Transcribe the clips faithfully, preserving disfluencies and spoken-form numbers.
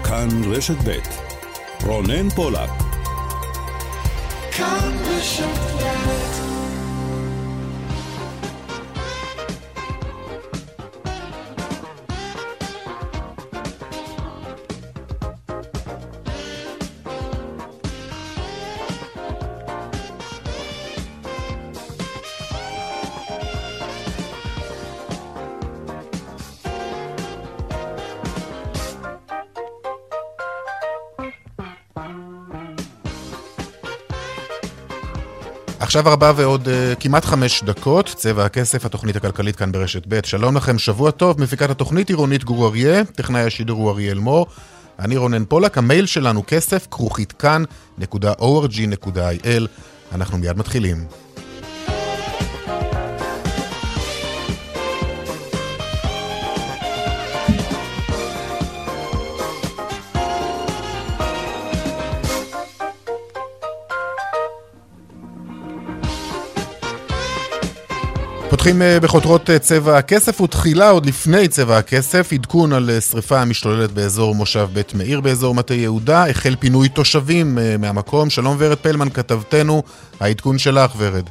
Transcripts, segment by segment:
כאן רשת ב' רונן פולק. כאן רשת ב'. עכשיו ארבע ועוד uh, כמעט חמש דקות, צבע הכסף, התוכנית הכלכלית כאן ברשת ב'. שלום לכם, שבוע טוב, מפיקת התוכנית עירונית גור אריה, טכנאי השידור הוא אריאל מור, אני רונן פולק, המייל שלנו כסף, כרוכית כאן, נקודה או אר ג'י נקודה איי אל, אנחנו מיד מתחילים. פותחים בחותרות צבע הכסף, ותחילה עוד לפני צבע הכסף, עדכון על שריפה המשתוללת באזור מושב בית מאיר באזור מטה יהודה, החל פינוי תושבים מהמקום. שלום ורד פלמן כתבתנו, העדכון שלך ורד.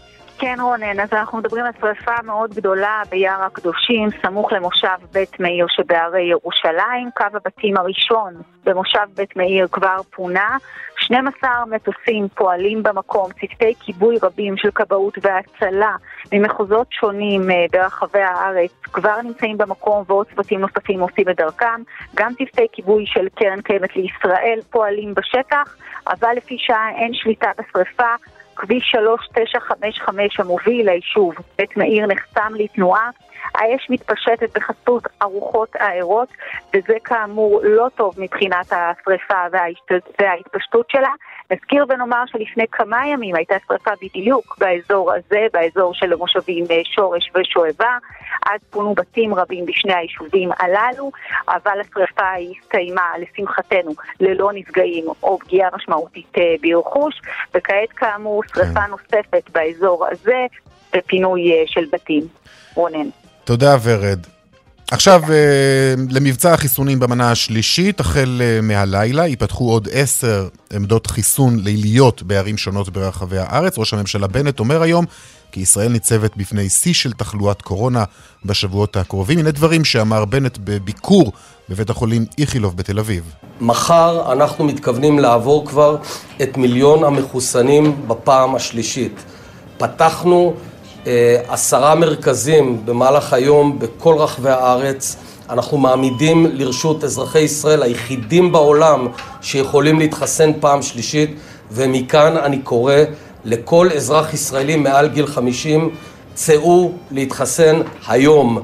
כן רונן, אז אנחנו מדברים על שריפה מאוד גדולה ביער הקדושים, סמוך למושב בית מאיר שבערי ירושלים. קו הבתים הראשון במושב בית מאיר כבר פונה, שנים עשר מטוסים פועלים במקום, צוותי כיבוי רבים של כבאות והצלה ממחוזות שונים ברחבי הארץ כבר נמצאים במקום, ועוד צוותים נוספים עושים את דרכם. גם צוותי כיבוי של קרן קיימת לישראל פועלים בשטח, אבל לפי שעה אין שליטה בשריפה. כביש שלוש תשע חמש חמש המוביל ליישוב בית מאיר נחסם לתנועה. האש מתפשטת בחסות ארוחות הערות, וזה כאמור לא טוב מבחינת השריפה וההתפשטות שלה. נזכיר ונאמר שלפני כמה ימים הייתה שריפה בדיוק באזור הזה, באזור של המושבים שורש ושואבה. אז פונו בתים רבים בשני היישובים הללו, אבל השריפה הסתיימה לשמחתנו ללא נפגעים או פגיעה משמעותית ברכוש, וכעת כאמור שריפה נוספת באזור הזה בפינוי של בתים. רונן. תודה ורד. עכשיו למבצע החיסונים במנה השלישית, החל מהלילה ייפתחו עוד עשר עמדות חיסון ליליות בערים שונות ברחבי הארץ. ראש הממשלה בנט אומר היום כי ישראל ניצבת בפני שיא של תחלואת קורונה בשבועות הקרובים. הנה דברים שאמר בנט בביקור בבית החולים איכילוב בתל אביב. מחר אנחנו מתכוונים לעבור כבר את מיליון המחוסנים בפעם השלישית. פתחנו עשרה מרכזים במהלך היום בכל רחבי הארץ. אנחנו מעמידים לרשות אזרחי ישראל היחידים בעולם שיכולים להתחסן פעם שלישית, ומכאן אני קורא לכל אזרח ישראלי מעל גיל חמישים, צאו להתחסן היום.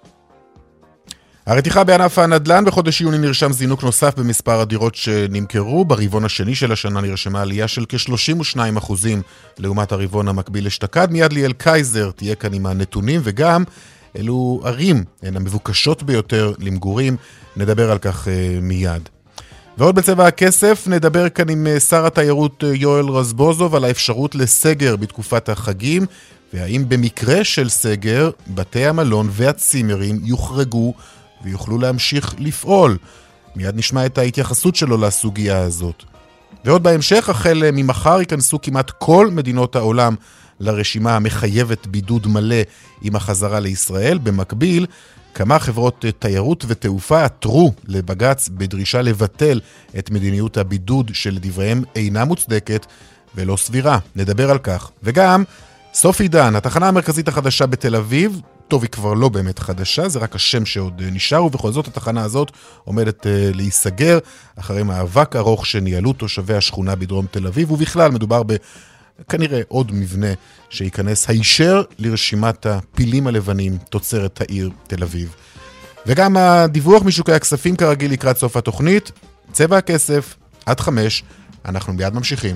הרתיחה בענף הנדל"ן, בחודש יוני נרשם זינוק נוסף במספר הדירות שנמכרו. ברבעון השני של השנה נרשמה עלייה של כ-שלושים ושניים אחוזים לעומת הרבעון המקביל אשתקד. מיד ליאל קייזר תהיה כאן עם הנתונים, וגם אלו ערים הן המבוקשות ביותר למגורים, נדבר על כך uh, מיד. ועוד בצבע הכסף נדבר כאן עם שר התיירות יואל רזבוזוב על האפשרות לסגר בתקופת החגים, והאם במקרה של סגר בתי המלון והצימרים יוחרגו ויוכלו להמשיך לפעול. מיד נשמע את ההתייחסות שלו לסוגיה הזאת. ועוד בהמשך, החל ממחר ייכנסו כמעט כל מדינות העולם לרשימה המחייבת בידוד מלא עם החזרה לישראל. במקביל, כמה חברות תיירות ותעופה עתרו לבג"ץ בדרישה לבטל את מדיניות הבידוד שלדבריהם אינה מוצדקת ולא סבירה. נדבר על כך. וגם סוף עידן, התחנה המרכזית החדשה בתל אביב, טוב, היא כבר לא באמת חדשה, זה רק השם שעוד נשאר, ובכל זאת התחנה הזאת עומדת uh, להיסגר, אחרי מאבק ארוך שניהלו תושבי השכונה בדרום תל אביב, ובכלל מדובר בכנראה עוד מבנה שייכנס הישר לרשימת הפילים הלבנים תוצרת העיר תל אביב. וגם הדיווח משוקי הכספים כרגיל לקראת סוף התוכנית, צבע הכסף, עד חמש, אנחנו מיד ממשיכים.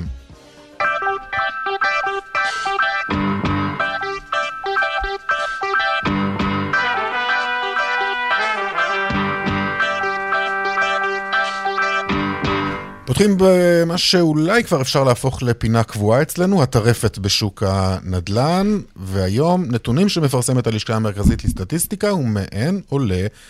פותחים במה שאולי כבר אפשר להפוך לפינה קבועה אצלנו, הטרפת בשוק הנדל"ן, והיום נתונים שמפרסמת הלשכה המרכזית לסטטיסטיקה, ומהן עולה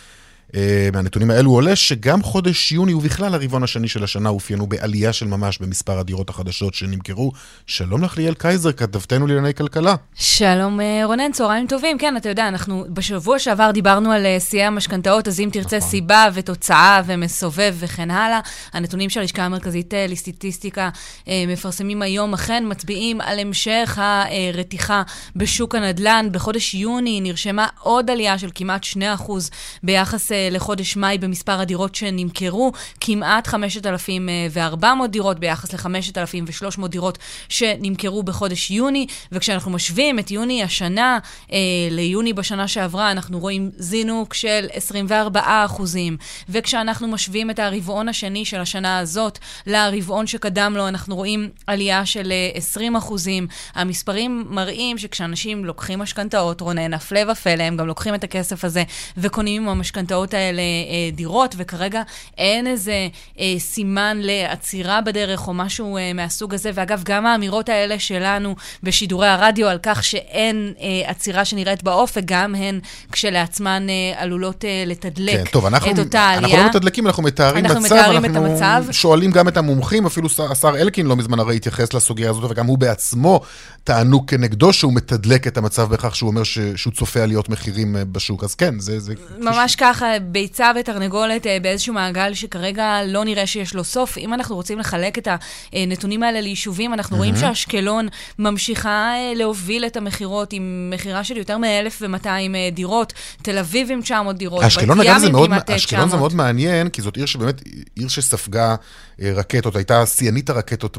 מהנתונים האלו עולה שגם חודש יוני ובכלל הרבעון השני של השנה הופיינו בעלייה של ממש במספר הדירות החדשות שנמכרו. שלום לך ליאל קייזר, כתבתנו לענייני כלכלה. שלום רונן, צהריים טובים. כן, אתה יודע, אנחנו בשבוע שעבר דיברנו על שיאי המשכנתאות, אז אם תרצה נכון. סיבה ותוצאה ומסובב וכן הלאה, הנתונים של הלשכה המרכזית לסטטיסטיקה מפרסמים היום אכן מצביעים על המשך הרתיחה בשוק הנדל"ן. בחודש יוני נרשמה עוד עלייה של כמעט שני אחוז ביחס לחודש מאי במספר הדירות שנמכרו, כמעט חמשת אלפים וארבע מאות דירות ביחס ל-חמשת אלפים ושלוש מאות דירות שנמכרו בחודש יוני, וכשאנחנו משווים את יוני השנה אה, ליוני בשנה שעברה, אנחנו רואים זינוק של עשרים וארבעה אחוזים, וכשאנחנו משווים את הרבעון השני של השנה הזאת לרבעון שקדם לו, אנחנו רואים עלייה של עשרים אחוזים. המספרים מראים שכשאנשים לוקחים משכנתאות, רונן, הפלא ופלא, הם גם לוקחים את הכסף הזה וקונים עם המשכנתאות האלה אה, דירות, וכרגע אין איזה אה, סימן לעצירה בדרך או משהו אה, מהסוג הזה. ואגב, גם האמירות האלה שלנו בשידורי הרדיו על כך שאין אה, עצירה שנראית באופק, גם הן כשלעצמן אה, עלולות אה, לתדלק כן, טוב, אנחנו, את אותה עלייה. אנחנו לא מתדלקים, אנחנו מתארים אנחנו מצב, מתארים אנחנו את המצב. שואלים גם את המומחים, אפילו השר אלקין לא מזמן הרי התייחס לסוגיה הזאת, וגם הוא בעצמו טענו כנגדו שהוא מתדלק את המצב בכך שהוא אומר ש, שהוא צופה עליות מחירים בשוק. אז כן, זה... זה ממש ככה, ביצה ותרנגולת באיזשהו מעגל שכרגע לא נראה שיש לו סוף. אם אנחנו רוצים לחלק את הנתונים האלה ליישובים, אנחנו רואים שאשקלון ממשיכה להוביל את המחירות עם מחירה של יותר מ-אלף ומאתיים דירות, תל אביב עם תשע מאות דירות, אשקלון אגב זה מאוד, אשקלון זה מאוד מעניין, כי זאת עיר שבאמת, עיר שספגה רקטות, הייתה סיינית הרקטות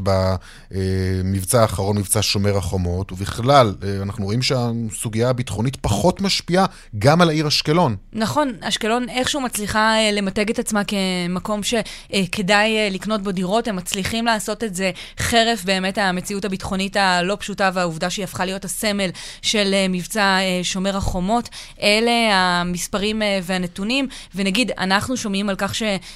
במבצע האחרון, מבצע שומר החומות, ובכלל אנחנו רואים שהסוגיה הביטחונית פחות משפיעה גם על העיר אשקלון. נכון, אשקלון איכשהו מצליחה למתג את עצמה כמקום שכדאי לקנות בו דירות, הם מצליחים לעשות את זה חרף באמת המציאות הביטחונית הלא פשוטה, והעובדה שהיא הפכה להיות הסמל של מבצע שומר החומות. אלה המספרים והנתונים, ונגיד, אנחנו שומעים על כך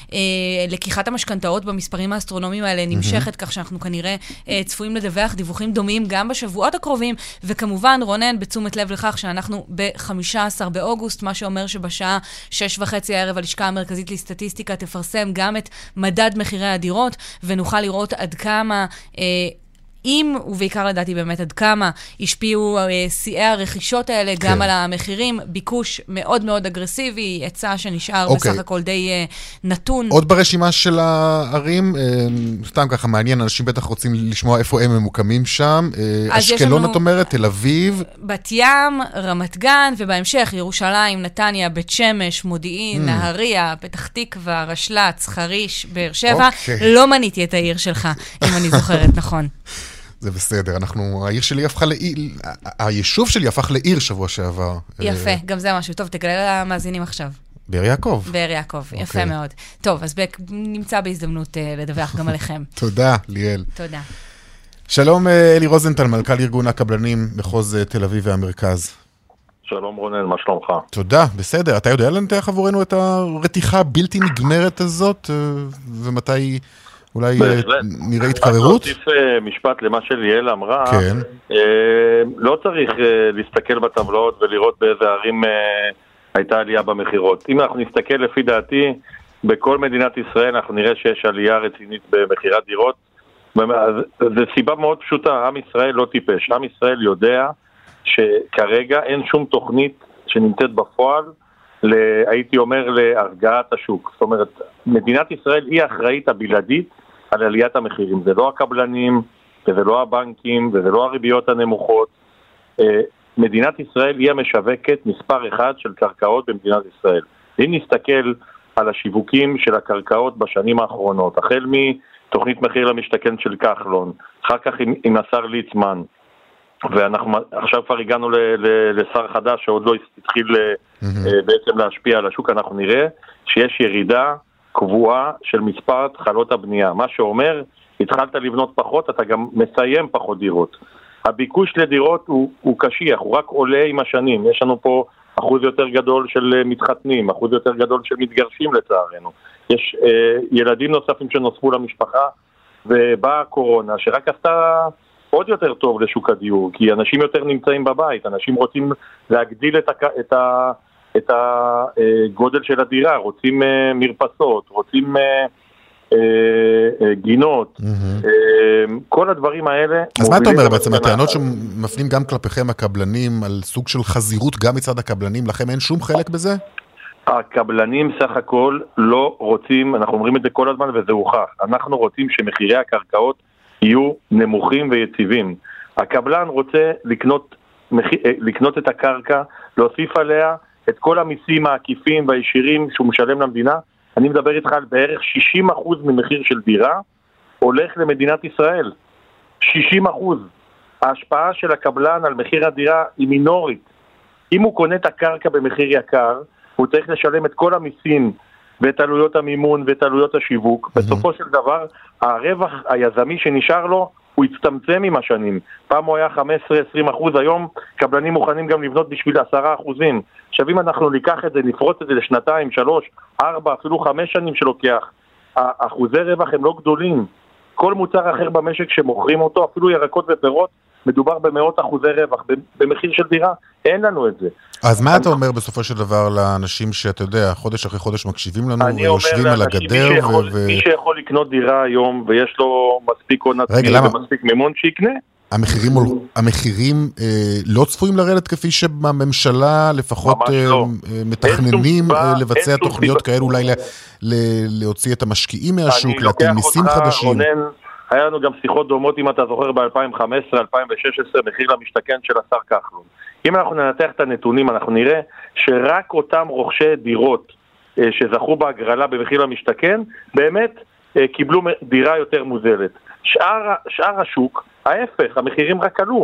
שלקיחת המשכנתאות במספרים האסטרונומיים האלה נמשכת, כך שאנחנו כנראה צפויים לדווח דיווחים דומים גם בשבועות הקרובים, וכמובן, רונן, בתשומת לב לכך שאנחנו ב-חמישה עשר באוגוסט, מה שאומר שבשעה שש וחצי הערב הלשכה המרכזית לסטטיסטיקה תפרסם גם את מדד מחירי הדירות, ונוכל לראות עד כמה אה, אם, ובעיקר לדעתי באמת עד כמה, השפיעו שיאי הרכישות האלה כן. גם על המחירים, ביקוש מאוד מאוד אגרסיבי, הצעה שנשאר אוקיי. בסך הכל די uh, נתון. עוד ברשימה של הערים, uh, סתם ככה מעניין, אנשים בטח רוצים לשמוע איפה הם ממוקמים שם, uh, אשקלון את אומרת, תל אביב. בת ים, רמת גן, ובהמשך ירושלים, נתניה, בית שמש, מודיעין, mm. נהריה, פתח תקווה, רשל"צ, חריש, באר שבע. אוקיי. לא מניתי את העיר שלך, אם אני זוכרת נכון. זה בסדר, אנחנו, העיר שלי הפכה לעיר, היישוב שלי הפך לעיר שבוע שעבר. יפה, גם זה משהו. טוב, תגלה למאזינים עכשיו. באר יעקב. באר יעקב, יפה מאוד. טוב, אז נמצא בהזדמנות לדווח גם עליכם. תודה, ליאל. תודה. שלום אלי רוזנטל, מנכ"ל ארגון הקבלנים מחוז תל אביב והמרכז. שלום רונן, מה שלומך? תודה, בסדר. אתה יודע לנתח עבורנו את הרתיחה הבלתי נגמרת הזאת, ומתי... אולי נראה התקררות? אני אוסיף משפט למה שליאל אמרה. כן. לא צריך להסתכל בטבלאות ולראות באיזה ערים הייתה עלייה במחירות. אם אנחנו נסתכל לפי דעתי, בכל מדינת ישראל אנחנו נראה שיש עלייה רצינית במחירת דירות. זו סיבה מאוד פשוטה, עם ישראל לא טיפש. עם ישראל יודע שכרגע אין שום תוכנית שנמצאת בפועל, הייתי אומר להרגעת השוק. זאת אומרת, מדינת ישראל היא האחראית הבלעדית על עליית המחירים. זה לא הקבלנים, וזה לא הבנקים, וזה לא הריביות הנמוכות. מדינת ישראל היא המשווקת מספר אחד של קרקעות במדינת ישראל. אם נסתכל על השיווקים של הקרקעות בשנים האחרונות, החל מתוכנית מחיר למשתכן של כחלון, אחר כך עם, עם השר ליצמן, ואנחנו עכשיו כבר הגענו ל, ל, לשר חדש שעוד לא התחיל mm-hmm. בעצם להשפיע על השוק, אנחנו נראה שיש ירידה קבועה של מספר התחלות הבנייה. מה שאומר, התחלת לבנות פחות, אתה גם מסיים פחות דירות. הביקוש לדירות הוא, הוא קשיח, הוא רק עולה עם השנים. יש לנו פה אחוז יותר גדול של מתחתנים, אחוז יותר גדול של מתגרשים לצערנו. יש אה, ילדים נוספים שנוספו למשפחה, ובאה הקורונה שרק עשתה עוד יותר טוב לשוק הדיור, כי אנשים יותר נמצאים בבית, אנשים רוצים להגדיל את, הק... את את הגודל של הדירה, רוצים מרפסות, רוצים גינות, כל הדברים האלה. אז מה אתה אומר בעצם? הטענות שמפנים גם כלפיכם הקבלנים על סוג של חזירות גם מצד הקבלנים, לכם אין שום חלק בזה? הקבלנים סך הכל לא רוצים, אנחנו אומרים את זה כל הזמן וזה הוכח, אנחנו רוצים שמחירי הקרקעות יהיו נמוכים ויציבים. הקבלן רוצה לקנות, לקנות את הקרקע, להוסיף עליה את כל המיסים העקיפים והישירים שהוא משלם למדינה. אני מדבר איתך על בערך שישים אחוז ממחיר של דירה הולך למדינת ישראל. שישים אחוז. ההשפעה של הקבלן על מחיר הדירה היא מינורית. אם הוא קונה את הקרקע במחיר יקר, הוא צריך לשלם את כל המיסים ואת עלויות המימון ואת עלויות השיווק. Mm-hmm. בסופו של דבר, הרווח היזמי שנשאר לו, הוא הצטמצם עם השנים. פעם הוא היה חמש עשרה עשרים אחוז, היום קבלנים מוכנים גם לבנות בשביל עשרה אחוזים. עכשיו אם אנחנו ניקח את זה, נפרוץ את זה לשנתיים, שלוש, ארבע, אפילו חמש שנים שלוקח, האחוזי רווח הם לא גדולים. כל מוצר אחר במשק שמוכרים אותו, אפילו ירקות ופירות, מדובר במאות אחוזי רווח, במחיר של דירה, אין לנו את זה. אז מה אתה אומר בסופו של דבר לאנשים שאתה יודע, חודש אחרי חודש מקשיבים לנו ויושבים על הגדר? מי שיכול לקנות דירה היום ויש לו מספיק עון עצמי ומספיק מימון שיקנה. המחירים, המחירים אה, לא צפויים לרדת כפי שהממשלה לפחות אה, לא. מתכננים אה, לבצע תוכניות כאלה, אולי ל, ל, להוציא את המשקיעים מהשוק, להטיל מיסים חדשים. רונן, היה לנו גם שיחות דומות, אם אתה זוכר, ב-אלפיים וחמש עשרה אלפיים ושש עשרה, מחיר למשתכן של השר כחלון. אם אנחנו ננתח את הנתונים, אנחנו נראה שרק אותם רוכשי דירות אה, שזכו בהגרלה במחיר למשתכן, באמת אה, קיבלו דירה יותר מוזלת. שאר, שאר השוק, ההפך, המחירים רק עלו.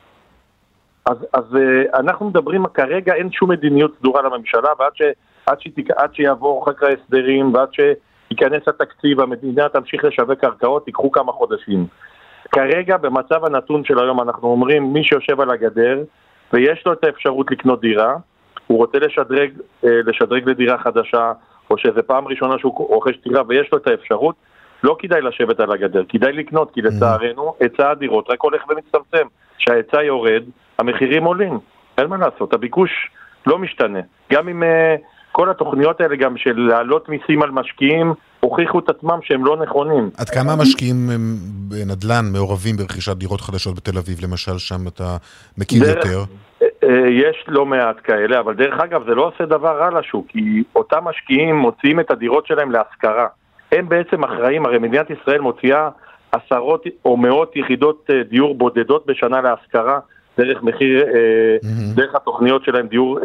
אז, אז uh, אנחנו מדברים, כרגע אין שום מדיניות סדורה לממשלה, ועד ש, עד שתיק, עד שיעבור חוק ההסדרים, ועד שייכנס התקציב, המדינה תמשיך לשווק קרקעות, תיקחו כמה חודשים. כרגע, במצב הנתון של היום, אנחנו אומרים, מי שיושב על הגדר, ויש לו את האפשרות לקנות דירה, הוא רוצה לשדרג, uh, לשדרג לדירה חדשה, או שזה פעם ראשונה שהוא רוכש דירה, ויש לו את האפשרות, לא כדאי לשבת על הגדר, כדאי לקנות, כי לצערנו, היצע הדירות רק הולך ומצטמצם. שההיצע יורד, המחירים עולים. אין מה לעשות, הביקוש לא משתנה. גם עם uh, כל התוכניות האלה, גם של להעלות מיסים על משקיעים, הוכיחו את עצמם שהם לא נכונים. עד כמה המשקיעים בנדל"ן מעורבים ברכישת דירות חדשות בתל אביב, למשל, שם אתה מכיר דרך, יותר? יש לא מעט כאלה, אבל דרך אגב, זה לא עושה דבר רע לשוק, כי אותם משקיעים מוציאים את הדירות שלהם להשכרה. הם בעצם אחראים, הרי מדינת ישראל מוציאה עשרות או מאות יחידות דיור בודדות בשנה להשכרה, דרך מחיר, mm-hmm. דרך התוכניות שלהם דיור,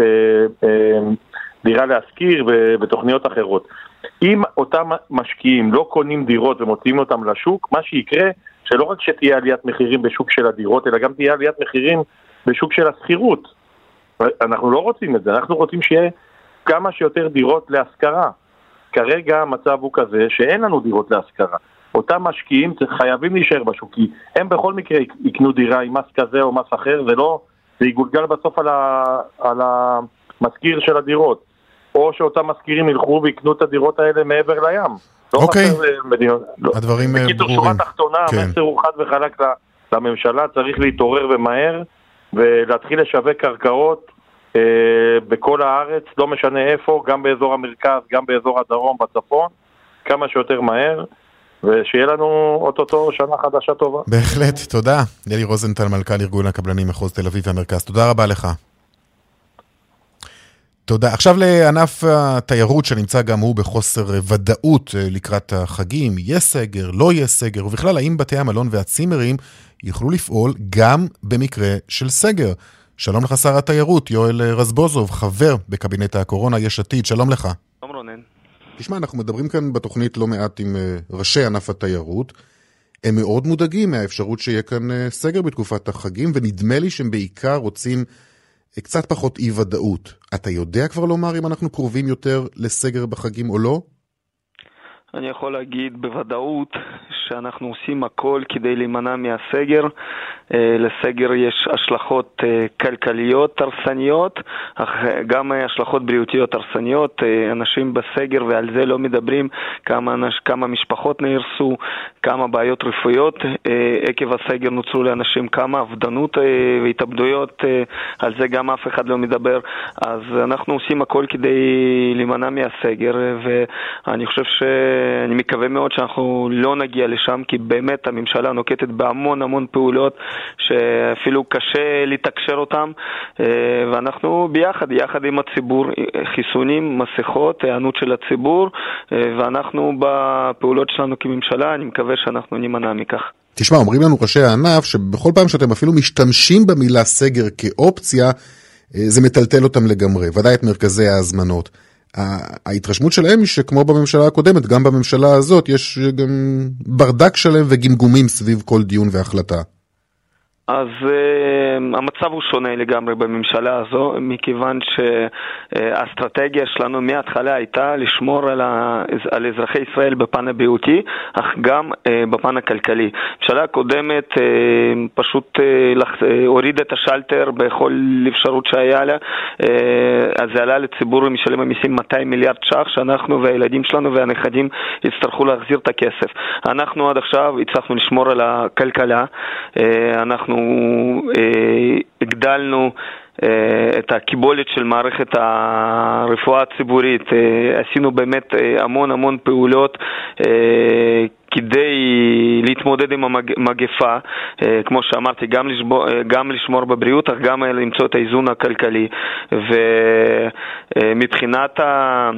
דירה להשכיר ותוכניות אחרות. אם אותם משקיעים לא קונים דירות ומוציאים אותם לשוק, מה שיקרה, שלא רק שתהיה עליית מחירים בשוק של הדירות, אלא גם תהיה עליית מחירים בשוק של השכירות. אנחנו לא רוצים את זה, אנחנו רוצים שיהיה כמה שיותר דירות להשכרה. כרגע המצב הוא כזה שאין לנו דירות להשכרה. אותם משקיעים חייבים להישאר בשוק, כי הם בכל מקרה יקנו דירה עם מס כזה או מס אחר, זה לא, זה יגולגל בסוף על, ה, על המשכיר של הדירות. או שאותם משכירים ילכו ויקנו את הדירות האלה מעבר לים. אוקיי, לא לא. הדברים ברורים. בקיצור, שורה תחתונה, כן. המסר הוא חד וחלק לממשלה, צריך להתעורר ומהר, ולהתחיל לשווק קרקעות, בכל הארץ, לא משנה איפה, גם באזור המרכז, גם באזור הדרום, בצפון, כמה שיותר מהר, ושיהיה לנו אוטוטו שנה חדשה טובה. בהחלט, תודה. ילי רוזנטל, מנכ"ל ארגון הקבלנים מחוז תל אביב והמרכז. תודה רבה לך. תודה. עכשיו לענף התיירות שנמצא גם הוא בחוסר ודאות לקראת החגים. יהיה סגר, לא יהיה סגר, ובכלל האם בתי המלון והצימרים יוכלו לפעול גם במקרה של סגר. שלום לך שר התיירות, יואל רזבוזוב, חבר בקבינט הקורונה, יש עתיד, שלום לך. שלום רונן. תשמע, אנחנו מדברים כאן בתוכנית לא מעט עם ראשי ענף התיירות, הם מאוד מודאגים מהאפשרות שיהיה כאן סגר בתקופת החגים, ונדמה לי שהם בעיקר רוצים קצת פחות אי ודאות. אתה יודע כבר לומר אם אנחנו קרובים יותר לסגר בחגים או לא? אני יכול להגיד בוודאות שאנחנו עושים הכל כדי להימנע מהסגר. לסגר יש השלכות כלכליות הרסניות, אך גם השלכות בריאותיות הרסניות. אנשים בסגר, ועל זה לא מדברים, כמה, כמה משפחות נהרסו, כמה בעיות רפואיות עקב הסגר נוצרו לאנשים, כמה אבדנות והתאבדויות, על זה גם אף אחד לא מדבר. אז אנחנו עושים הכל כדי להימנע מהסגר, ואני חושב שאני מקווה מאוד שאנחנו לא נגיע לשם, כי באמת הממשלה נוקטת בהמון המון פעולות שאפילו קשה לתקשר אותם, ואנחנו ביחד, יחד עם הציבור, חיסונים, מסכות, הענות של הציבור, ואנחנו בפעולות שלנו כממשלה, אני מקווה שאנחנו נימנע מכך. תשמע, אומרים לנו ראשי הענף שבכל פעם שאתם אפילו משתמשים במילה סגר כאופציה, זה מטלטל אותם לגמרי, ודאי את מרכזי ההזמנות. ההתרשמות שלהם היא שכמו בממשלה הקודמת, גם בממשלה הזאת, יש גם ברדק שלם וגמגומים סביב כל דיון והחלטה. אז uh, המצב הוא שונה לגמרי בממשלה הזו, מכיוון שהאסטרטגיה שלנו מההתחלה הייתה לשמור על, ה... על אזרחי ישראל בפן הבריאותי, אך גם uh, בפן הכלכלי. הממשלה הקודמת uh, פשוט uh, לח... uh, הוריד את השלטר בכל אפשרות שהיה לה, uh, אז זה עלה לציבור משלם המיסים מאתיים מיליארד ש"ח, שאנחנו והילדים שלנו והנכדים יצטרכו להחזיר את הכסף. אנחנו עד עכשיו הצלחנו לשמור על הכלכלה, uh, אנחנו אה, הגדלנו אה, את הקיבולת של מערכת הרפואה הציבורית, אה, עשינו באמת אה, המון המון פעולות אה, כדי להתמודד עם המגפה, אה, כמו שאמרתי, גם לשמור, גם לשמור בבריאות, אך גם למצוא את האיזון הכלכלי. ומבחינת ה...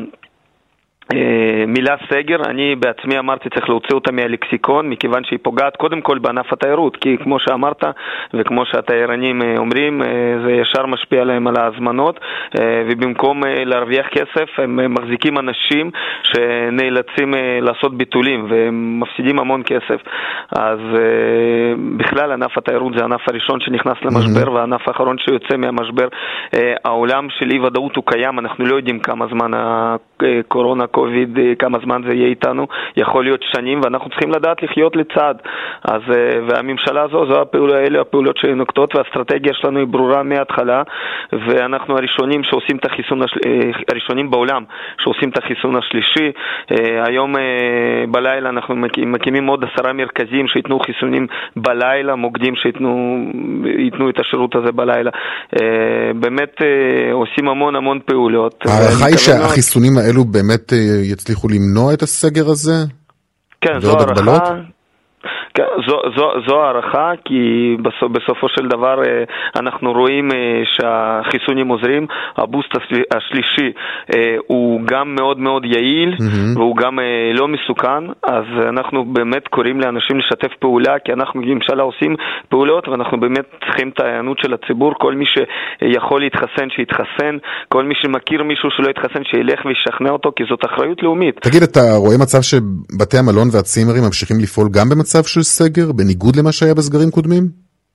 מילה סגר, אני בעצמי אמרתי צריך להוציא אותה מהלקסיקון, מכיוון שהיא פוגעת קודם כל בענף התיירות, כי כמו שאמרת וכמו שהתיירנים אומרים, זה ישר משפיע עליהם על ההזמנות, ובמקום להרוויח כסף הם מחזיקים אנשים שנאלצים לעשות ביטולים והם מפסידים המון כסף. אז בכלל ענף התיירות זה הענף הראשון שנכנס למשבר, והענף האחרון שיוצא מהמשבר. העולם של אי ודאות הוא קיים, אנחנו לא יודעים כמה זמן הקורונה קוביד, כמה זמן זה יהיה איתנו, יכול להיות שנים, ואנחנו צריכים לדעת לחיות לצד. אז, והממשלה הזו, זו הפעולה, אלה הפעולות שנוקטות, והאסטרטגיה שלנו היא ברורה מההתחלה, ואנחנו הראשונים שעושים את החיסון, הראשונים בעולם שעושים את החיסון השלישי. היום בלילה אנחנו מקימים עוד עשרה מרכזים שיתנו חיסונים בלילה, מוקדים שיתנו יתנו את השירות הזה בלילה. באמת עושים המון המון פעולות. הערכה היא שהחיסונים האלו באמת יצליחו למנוע את הסגר הזה? כן, זו הערכה. כן, זו, זו, זו הערכה, כי בסוף, בסופו של דבר אנחנו רואים שהחיסונים עוזרים. הבוסט השלישי הוא גם מאוד מאוד יעיל, mm-hmm. והוא גם לא מסוכן, אז אנחנו באמת קוראים לאנשים לשתף פעולה, כי אנחנו בממשלה עושים פעולות, ואנחנו באמת צריכים את העיינות של הציבור. כל מי שיכול להתחסן, שיתחסן, כל מי שמכיר מישהו שלא יתחסן, שילך וישכנע אותו, כי זאת אחריות לאומית. תגיד, אתה רואה מצב שבתי המלון והצימרים ממשיכים לפעול גם במצב של סגר, בניגוד למה שהיה בסגרים קודמים?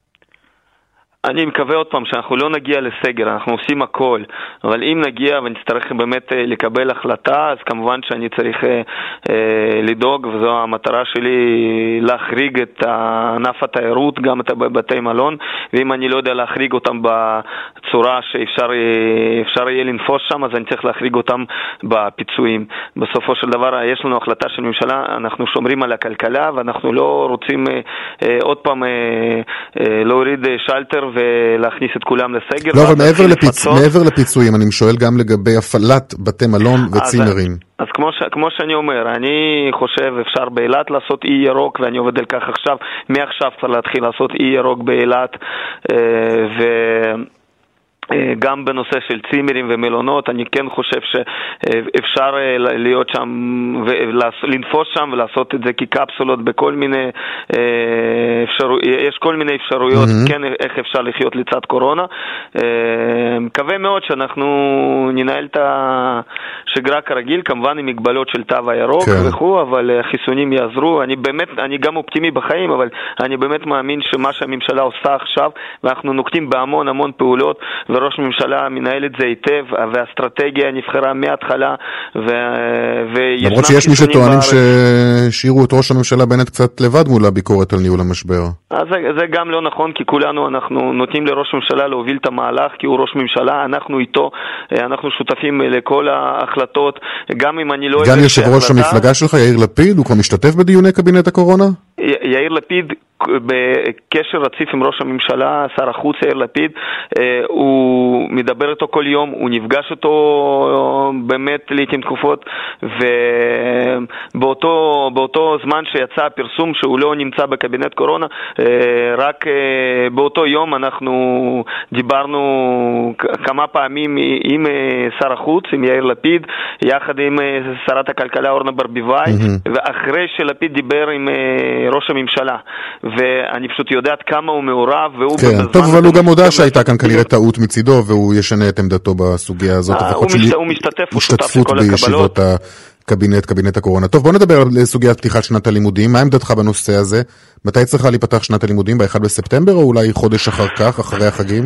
אני מקווה עוד פעם שאנחנו לא נגיע לסגר, אנחנו עושים הכל, אבל אם נגיע ונצטרך באמת לקבל החלטה, אז כמובן שאני צריך אה, אה, לדאוג, וזו המטרה שלי, להחריג את ענף התיירות, גם את בתי מלון, ואם אני לא יודע להחריג אותם בצורה שאפשר אפשר יהיה לנפוש שם, אז אני צריך להחריג אותם בפיצויים. בסופו של דבר יש לנו החלטה של ממשלה, אנחנו שומרים על הכלכלה, ואנחנו לא רוצים אה, אה, עוד פעם אה, אה, להוריד שלטר ולהכניס את כולם לסגר. לא, אבל מעבר, לפיצ... מעבר לפיצויים, אני שואל גם לגבי הפעלת בתי מלון וצימרים. אז, אז כמו, ש... כמו שאני אומר, אני חושב אפשר באילת לעשות אי ירוק, ואני עובד על כך עכשיו, מעכשיו צריך להתחיל לעשות אי ירוק באילת, ו... גם בנושא של צימרים ומלונות, אני כן חושב שאפשר להיות שם ולנפוש שם ולעשות את זה כקפסולות בכל מיני אפשרויות, יש כל מיני אפשרויות, mm-hmm. כן, איך אפשר לחיות לצד קורונה. מקווה מאוד שאנחנו ננהל את השגרה כרגיל, כמובן עם מגבלות של תו הירוק כן. וכו', אבל החיסונים יעזרו. אני באמת, אני גם אופטימי בחיים, אבל אני באמת מאמין שמה שהממשלה עושה עכשיו, ואנחנו נוקטים בהמון המון פעולות, וראש ממשלה מנהל את זה היטב, והאסטרטגיה נבחרה מההתחלה, למרות שיש מי שטוענים שהשאירו את ראש הממשלה בנט קצת לבד מול הביקורת על ניהול המשבר. אז זה, זה גם לא נכון, כי כולנו אנחנו נותנים לראש הממשלה להוביל את המהלך, כי הוא ראש ממשלה, אנחנו איתו, אנחנו שותפים לכל ההחלטות, גם אם אני לא... גם יושב ראש המפלגה שלך, יאיר לפיד, הוא כבר משתתף בדיוני קבינט הקורונה? יאיר לפיד בקשר רציף עם ראש הממשלה, שר החוץ יאיר לפיד, הוא מדבר איתו כל יום, הוא נפגש איתו באמת לעתים תקופות, ובאותו באותו זמן שיצא הפרסום שהוא לא נמצא בקבינט קורונה, רק באותו יום אנחנו דיברנו כמה פעמים עם שר החוץ, עם יאיר לפיד, יחד עם שרת הכלכלה אורנה ברביבאי, ואחרי שלפיד דיבר עם ראש הממשלה, ואני פשוט יודעת כמה הוא מעורב, והוא כן, טוב, אבל הוא גם הודע שהייתה כאן כנראה טעות מצידו, והוא ישנה את עמדתו בסוגיה הזאת. הוא משתתף, הוא שותף לכל בישיבות הקבינט, קבינט הקורונה. טוב, בוא נדבר על סוגיית פתיחת שנת הלימודים. מה עמדתך בנושא הזה? מתי צריכה להיפתח שנת הלימודים? ב-אחד בספטמבר, או אולי חודש אחר כך, אחרי החגים?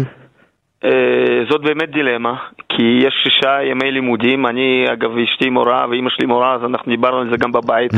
זאת באמת דילמה, כי יש שישה ימי לימודים, אני אגב אשתי מורה ואמא שלי מורה, אז אנחנו דיברנו על זה גם בבית.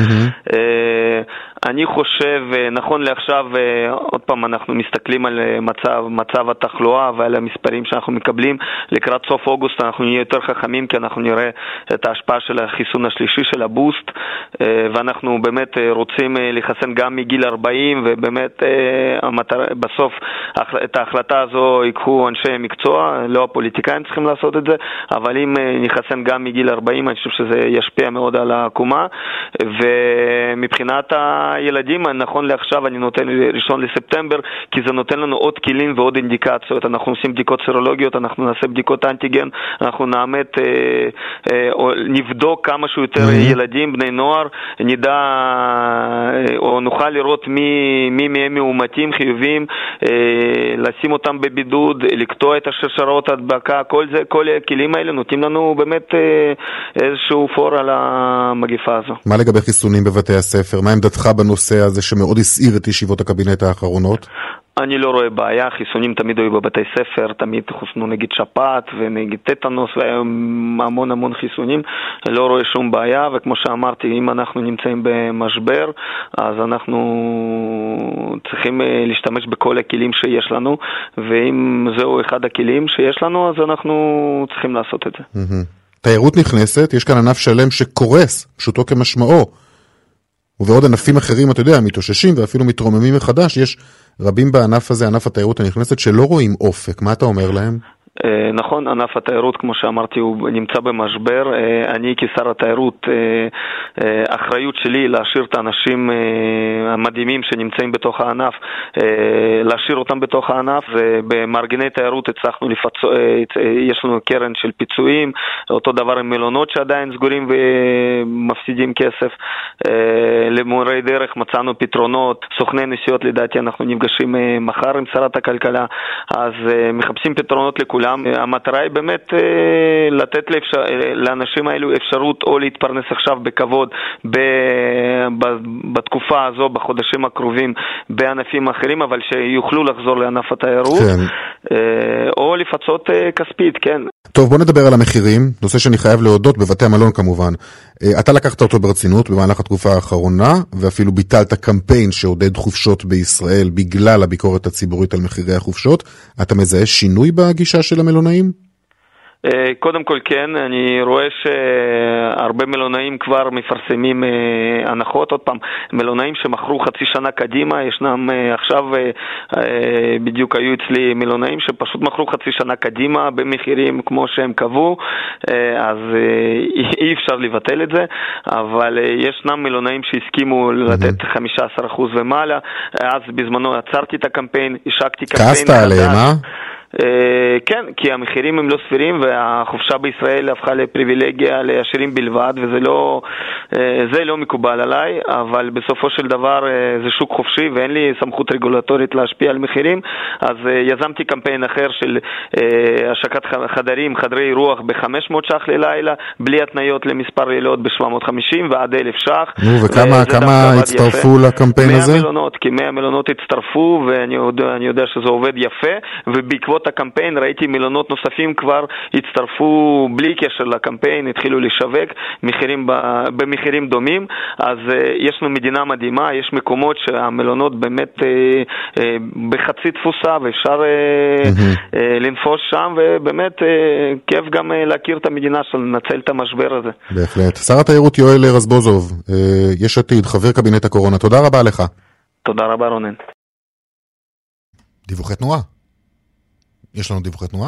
אני חושב, נכון לעכשיו, עוד פעם אנחנו מסתכלים על מצב, מצב התחלואה ועל המספרים שאנחנו מקבלים, לקראת סוף אוגוסט אנחנו נהיה יותר חכמים, כי אנחנו נראה את ההשפעה של החיסון השלישי של הבוסט, ואנחנו באמת רוצים לחסן גם מגיל ארבעים, ובאמת בסוף את ההחלטה הזו ייקחו אנשי מקצוע, לא הפוליטיקאים צריכים לעשות את זה, אבל אם נחסן גם מגיל ארבעים, אני חושב שזה ישפיע מאוד על העקומה, ומבחינת הילדים, נכון לעכשיו אני נותן ראשון לספטמבר, כי זה נותן לנו עוד כלים ועוד אינדיקציות, אנחנו עושים בדיקות סרולוגיות, אנחנו נעשה בדיקות אנטיגן, אנחנו נאמת, אה, אה, או נבדוק כמה שיותר mm-hmm. ילדים, בני נוער, נדע, אה, או נוכל לראות מי, מי מהם מאומתים חיוביים, אה, לשים אותם בבידוד, לקטוע את השרשרות הדבקה, כל זה, כל הכלים האלה נותנים לנו באמת אה, איזשהו פור על המגיפה הזו. מה לגבי חיסונים בבתי הספר? מה עמדתך בנושא הזה שמאוד הסעיר את ישיבות הקבינט האחרונות? אני לא רואה בעיה, חיסונים תמיד היו בבתי ספר, תמיד חוסנו נגד שפעת ונגד טטנוס והמון המון חיסונים, לא רואה שום בעיה, וכמו שאמרתי, אם אנחנו נמצאים במשבר, אז אנחנו צריכים להשתמש בכל הכלים שיש לנו, ואם זהו אחד הכלים שיש לנו, אז אנחנו צריכים לעשות את זה. תיירות נכנסת, יש כאן ענף שלם שקורס, פשוטו כמשמעו, ובעוד ענפים אחרים, אתה יודע, מתאוששים ואפילו מתרוממים מחדש, יש רבים בענף הזה, ענף התיירות הנכנסת, שלא רואים אופק. מה אתה אומר להם? נכון, ענף התיירות, כמו שאמרתי, הוא נמצא במשבר. אני כשר התיירות, האחריות שלי להשאיר את האנשים המדהימים שנמצאים בתוך הענף, להשאיר אותם בתוך הענף, ובמארגני תיירות הצלחנו לפצוע, יש לנו קרן של פיצויים, אותו דבר עם מלונות שעדיין סגורים ומפסידים כסף. למורי דרך מצאנו פתרונות, סוכני נסיעות לדעתי אנחנו נפגשים מחר עם שרת הכלכלה, אז מחפשים פתרונות לכולם. המטרה היא באמת לתת לאנשים האלו אפשרות או להתפרנס עכשיו בכבוד בתקופה הזו, בחודשים הקרובים בענפים אחרים, אבל שיוכלו לחזור לענף התיירות, או לפצות כספית, כן. טוב, בוא נדבר על המחירים, נושא שאני חייב להודות בבתי המלון כמובן. אתה לקחת אותו ברצינות במהלך התקופה האחרונה, ואפילו ביטלת קמפיין שעודד חופשות בישראל בגלל הביקורת הציבורית על מחירי החופשות. אתה מזהה שינוי בגישה של המלונאים? קודם כל כן, אני רואה שהרבה מלונאים כבר מפרסמים הנחות, עוד פעם, מלונאים שמכרו חצי שנה קדימה, ישנם עכשיו, בדיוק היו אצלי מלונאים שפשוט מכרו חצי שנה קדימה במחירים כמו שהם קבעו, אז אי אפשר לבטל את זה, אבל ישנם מלונאים שהסכימו לתת חמישה עשר אחוז ומעלה, אז בזמנו עצרתי את הקמפיין, השקתי קמפיין חדש. כעסת עליהם, אה? כן, כי המחירים הם לא סבירים והחופשה בישראל הפכה לפריבילגיה לעשירים בלבד, וזה לא, זה לא מקובל עליי, אבל בסופו של דבר זה שוק חופשי ואין לי סמכות רגולטורית להשפיע על מחירים, אז יזמתי קמפיין אחר של השקת חדרים, חדרי רוח ב-חמש מאות ש"ח ללילה, בלי התניות למספר לילות ב-שבע מאות וחמישים ועד אלף ש"ח. נו, וכמה כמה הצטרפו לקמפיין הזה? מאה מלונות, כי מאה מלונות הצטרפו, ואני יודע, אני יודע שזה עובד יפה, ובעקבות בעקבות הקמפיין ראיתי מלונות נוספים כבר הצטרפו בלי קשר לקמפיין, התחילו לשווק מחירים במחירים דומים. אז יש לנו מדינה מדהימה, יש מקומות שהמלונות באמת בחצי תפוסה ואפשר לנפוש שם, ובאמת כיף גם להכיר את המדינה של לנצל את המשבר הזה. בהחלט. שר התיירות יואל רזבוזוב, יש עתיד, חבר קבינט הקורונה, תודה רבה לך. תודה רבה רונן. דיווחי תנועה. יש לנו דיווחי תנועה?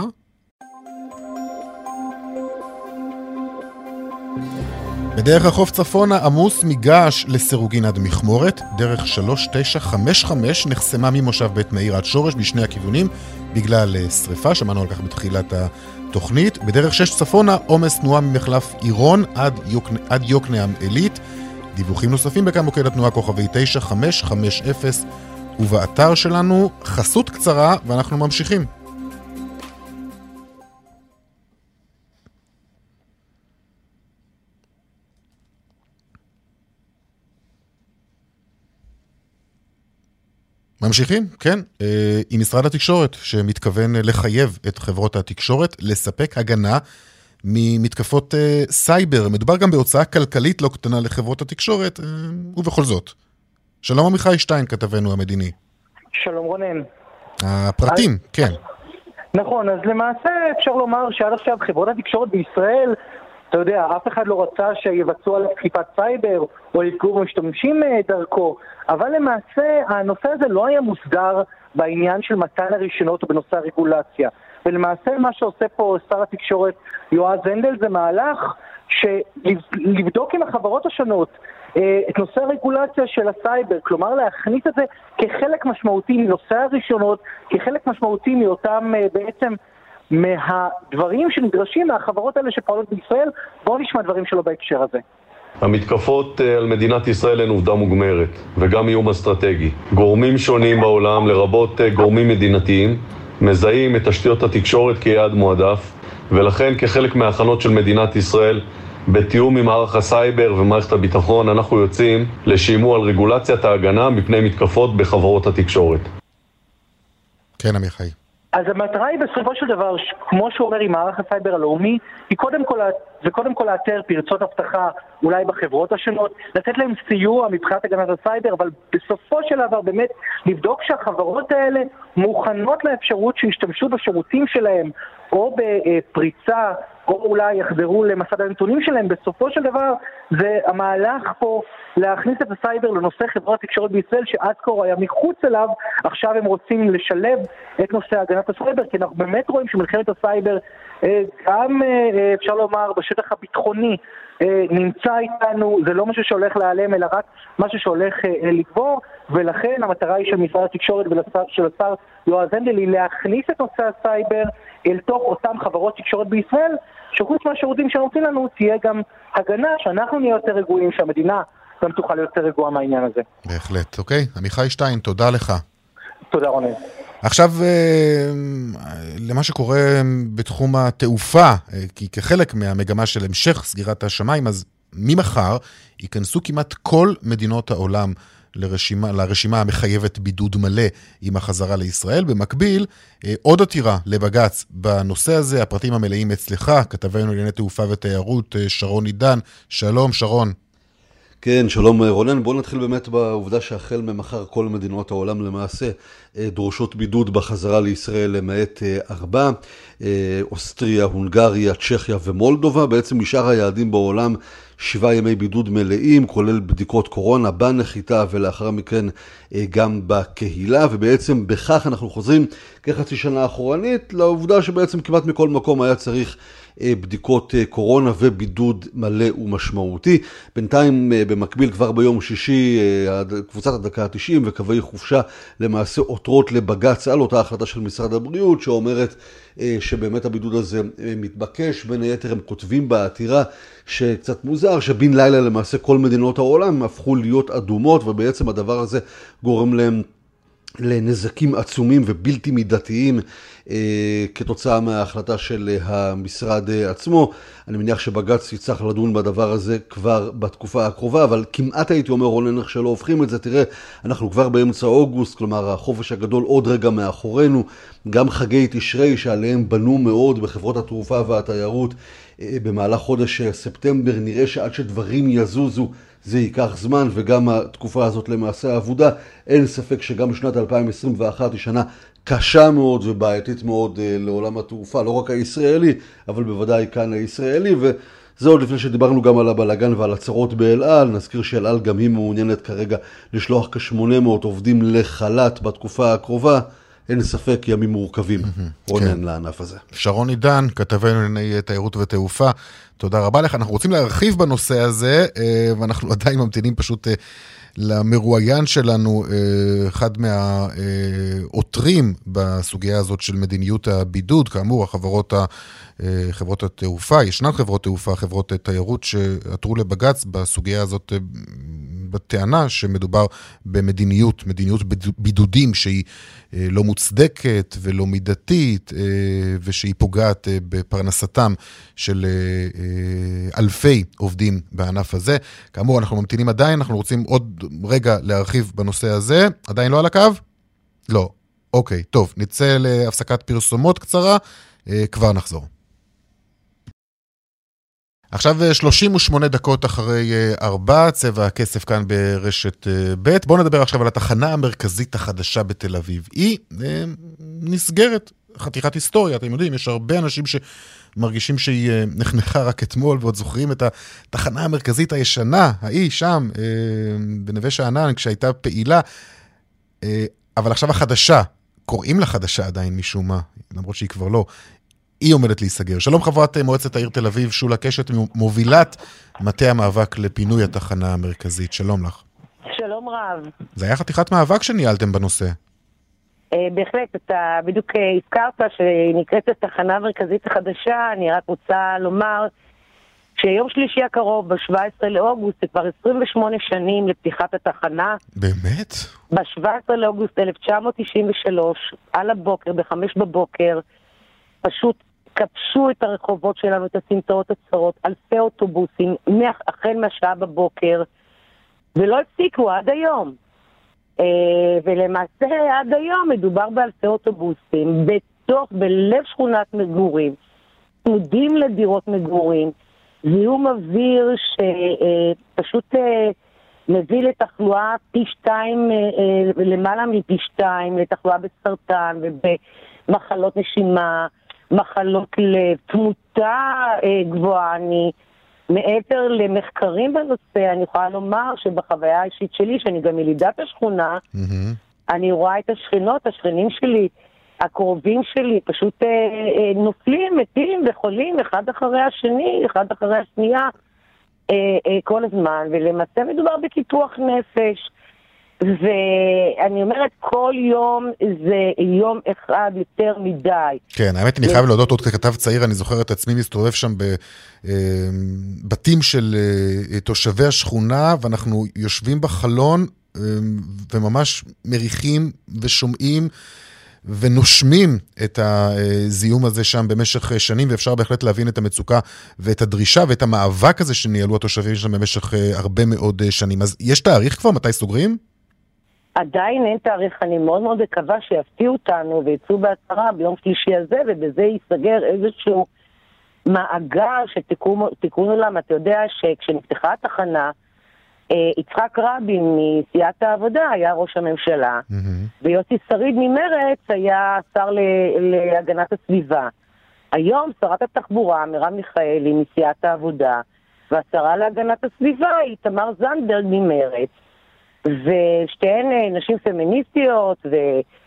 בדרך החוף צפונה עמוס מגעש לסירוגין עד מכמורת, דרך שלוש תשע חמש חמש נחסמה ממושב בית מאיר עד שורש בשני הכיוונים בגלל שריפה, שמענו על כך בתחילת התוכנית. בדרך שש צפונה עומס תנועה ממחלף עירון עד, יוק... עד יוקנעם עילית. דיווחים נוספים בכאן מוקד התנועה כוכבי תשע חמש חמש אפס ובאתר שלנו. חסות קצרה ואנחנו ממשיכים. ממשיכים, כן, עם משרד התקשורת שמתכוון לחייב את חברות התקשורת לספק הגנה ממתקפות סייבר. מדובר גם בהוצאה כלכלית לא קטנה לחברות התקשורת, ובכל זאת. שלום עמיחי שטיין, כתבנו המדיני. שלום רונן. הפרטים, אז... כן. נכון, אז למעשה אפשר לומר שעד עכשיו חברות התקשורת בישראל, אתה יודע, אף אחד לא רצה שיבצעו על תקיפת סייבר או יפגעו במשתמשים דרכו, אבל למעשה הנושא הזה לא היה מוסדר בעניין של מתן הרישיונות או בנושא הרגולציה. ולמעשה מה שעושה פה שר התקשורת יועז הנדל זה מהלך שלבדוק עם החברות השונות את נושא הרגולציה של הסייבר, כלומר להכניס את זה כחלק משמעותי מנושא הרישיונות, כחלק משמעותי מאותם בעצם מהדברים שנדרשים מהחברות האלה שפועלות בישראל. בואו נשמע דברים שלו בהקשר הזה. המתקפות על מדינת ישראל הן עובדה מוגמרת וגם איום אסטרטגי. גורמים שונים בעולם, לרבות גורמים מדינתיים, מזהים את תשתיות התקשורת כיעד מועדף, ולכן כחלק מההכנות של מדינת ישראל, בתיאום עם מערך הסייבר ומערכת הביטחון, אנחנו יוצאים לשימוע על רגולציית ההגנה מפני מתקפות בחברות התקשורת. כן, עמיחי. אז המטרה היא בסופו של דבר, כמו שהוא אומר עם מערך הסייבר הלאומי, היא קודם כל, זה קודם כל לאתר פרצות הבטחה אולי בחברות השונות, לתת להם סיוע מבחינת הגנת הסייבר, אבל בסופו של דבר באמת לבדוק שהחברות האלה מוכנות לאפשרות שישתמשו בשירותים שלהם, או בפריצה, או אולי יחזרו למסד הנתונים שלהם. בסופו של דבר זה המהלך פה להכניס את הסייבר לנושא חברות תקשורת בישראל שעד כה היה מחוץ אליו. עכשיו הם רוצים לשלב את נושא הגנת הסייבר, כי אנחנו באמת רואים שמלחמת הסייבר גם אפשר לומר בשטח הביטחוני נמצא איתנו. זה לא משהו שהולך להיעלם אלא רק משהו שהולך לגבור, ולכן המטרה היא של משרד התקשורת ושל השר יועז הנדל היא להכניס את נושא הסייבר אל תוך אותם חברות תקשורת בישראל, שחוץ מהשירותים שנותנים לנו תהיה גם הגנה, שאנחנו נהיה יותר רגועים, שהמדינה גם תוכל להיות יותר רגועה מהעניין הזה. בהחלט, אוקיי. עמיחי שטיין, תודה לך. תודה רונן. עכשיו למה שקורה בתחום התעופה, כי כחלק מהמגמה של המשך סגירת השמיים, אז ממחר ייכנסו כמעט כל מדינות העולם לרשימה, לרשימה המחייבת בידוד מלא עם החזרה לישראל. במקביל, עוד עתירה לבג"ץ בנושא הזה. הפרטים המלאים אצלך, כתבנו לענייני תעופה ותיירות, שרון עידן. שלום, שרון. כן, שלום רונן. בואו נתחיל באמת בעובדה שהחל ממחר כל מדינות העולם למעשה דרושות בידוד בחזרה לישראל, למעט ארבע, אוסטריה, הונגריה, צ'כיה ומולדובה. בעצם משאר היעדים בעולם שבעה ימי בידוד מלאים, כולל בדיקות קורונה בנחיתה ולאחר מכן גם בקהילה, ובעצם בכך אנחנו חוזרים כחצי שנה אחורנית לעובדה שבעצם כמעט מכל מקום היה צריך בדיקות קורונה ובידוד מלא ומשמעותי. בינתיים במקביל כבר ביום שישי קבוצת הדקה ה-תשעים וקווי חופשה למעשה עותרות לבג"ץ על אותה החלטה של משרד הבריאות שאומרת שבאמת הבידוד הזה מתבקש. בין היתר הם כותבים בעתירה שקצת מוזר שבין לילה למעשה כל מדינות העולם הפכו להיות אדומות, ובעצם הדבר הזה גורם להם לנזקים עצומים ובלתי מידתיים אה, כתוצאה מההחלטה של המשרד עצמו. אני מניח שבג"ץ יצטרך לדון בדבר הזה כבר בתקופה הקרובה, אבל כמעט הייתי אומר רונן איך שלא הופכים את זה. תראה, אנחנו כבר באמצע אוגוסט, כלומר החופש הגדול עוד רגע מאחורינו, גם חגי תשרי שעליהם בנו מאוד בחברות התעופה והתיירות אה, במהלך חודש ספטמבר, נראה שעד שדברים יזוזו זה ייקח זמן, וגם התקופה הזאת למעשה העבודה. אין ספק שגם שנת אלפיים עשרים ואחת היא שנה קשה מאוד ובעייתית מאוד לעולם התעופה, לא רק הישראלי, אבל בוודאי כאן הישראלי, וזה עוד לפני שדיברנו גם על הבלגן ועל הצרות באל על. נזכיר שאל על גם היא מעוניינת כרגע לשלוח כ-שמונה מאות עובדים לחל"ת בתקופה הקרובה. אין ספק ימים מורכבים, רונן, לענף הזה. שרון עידן, כתבנו לענייני תיירות ותעופה, תודה רבה לך. אנחנו רוצים להרחיב בנושא הזה, ואנחנו עדיין ממתינים פשוט למרואיין שלנו, אחד מהעותרים בסוגיה הזאת של מדיניות הבידוד. כאמור, החברות חברות התעופה, ישנן חברות תעופה, חברות תיירות שעתרו לבג"ץ בסוגיה הזאת, בטענה שמדובר במדיניות, מדיניות בידודים שהיא לא מוצדקת ולא מידתית, ושהיא פוגעת בפרנסתם של אלפי עובדים בענף הזה. כאמור, אנחנו ממתינים עדיין, אנחנו רוצים עוד רגע להרחיב בנושא הזה. עדיין לא על הקו? לא. אוקיי, טוב, נצא להפסקת פרסומות קצרה, כבר נחזור. עכשיו שלושים ושמונה דקות אחרי ארבע, צבע הכסף כאן ברשת ב'. בואו נדבר עכשיו על התחנה המרכזית החדשה בתל אביב. היא נסגרת, חתיכת היסטוריה, אתם יודעים, יש הרבה אנשים שמרגישים שהיא נחנכה רק אתמול, ועוד זוכרים את התחנה המרכזית הישנה, ההיא שם, בנווה שאנן, כשהייתה פעילה, אבל עכשיו החדשה, קוראים לה חדשה עדיין משום מה, למרות שהיא כבר לא, היא עומדת להיסגר. שלום חברת מועצת העיר תל אביב, שולה קשת, מובילת מטה המאבק לפינוי התחנה המרכזית. שלום לך. שלום רב. זה היה חתיכת מאבק שניהלתם בנושא. בהחלט, אתה בדיוק הזכרת שנקראת התחנה המרכזית החדשה. אני רק רוצה לומר שיום שלישי הקרוב, ב-שבעה עשר לאוגוסט, זה כבר עשרים ושמונה שנים לפתיחת התחנה. באמת? ב-שבעה עשר לאוגוסט אלף תשע מאות תשעים ושלוש, על הבוקר, בחמש בבוקר, פשוט כבשו את הרחובות שלנו, את הסמטאות הצרות, אלפי אוטובוסים, החל מהשעה בבוקר, ולא הפסיקו עד היום. ולמעשה עד היום מדובר באלפי אוטובוסים, בתוך, בלב שכונת מגורים, צמודים לדירות מגורים, זיהום אוויר שפשוט מביא לתחלואה פי שתיים, למעלה מפי שתיים, לתחלואה בסרטן ובמחלות נשימה, מחלות לב, תמותה גבוהה. אני מעבר למחקרים בנושא, אני יכולה לומר שבחוויה האישית שלי, שאני גם ילידת השכונה, mm-hmm. אני רואה את השכנות, השכנים שלי, הקרובים שלי, פשוט אה, אה, נופלים, מתים וחולים, אחד אחרי השני, אחד אחרי השנייה, אה, אה, כל הזמן, ולמעשה מדובר בקיפוח נפש, ואני אומרת, כל יום זה יום אחד יותר מדי. כן, האמת, אני חייב להודות עוד ככתב צעיר, אני זוכר את עצמי מסתובב שם בבתים של תושבי השכונה, ואנחנו יושבים בחלון, וממש מריחים ושומעים, ונושמים את הזיהום הזה שם במשך שנים, ואפשר בהחלט להבין את המצוקה ואת הדרישה ואת המאבק הזה שניהלו התושבים שם במשך הרבה מאוד שנים. אז יש תאריך כבר? מתי סוגרים? עדיין אין תאריך, אני מאוד מאוד מקווה שיפתיעו אותנו ויצאו בהצהרה ביום שלישי הזה, ובזה ייסגר איזשהו מעגל שתיקון עולם. אתה יודע שכשנפתחה התחנה, יצחק רבין מסיעת העבודה היה ראש הממשלה, mm-hmm. ויוסי שריד ממרץ היה שר להגנת הסביבה. היום שרת התחבורה, מרב מיכאלי מסיעת העבודה, והשרה להגנת הסביבה היא תמר זנדברג ממרץ. ושתיהן נשים פמיניסטיות ו,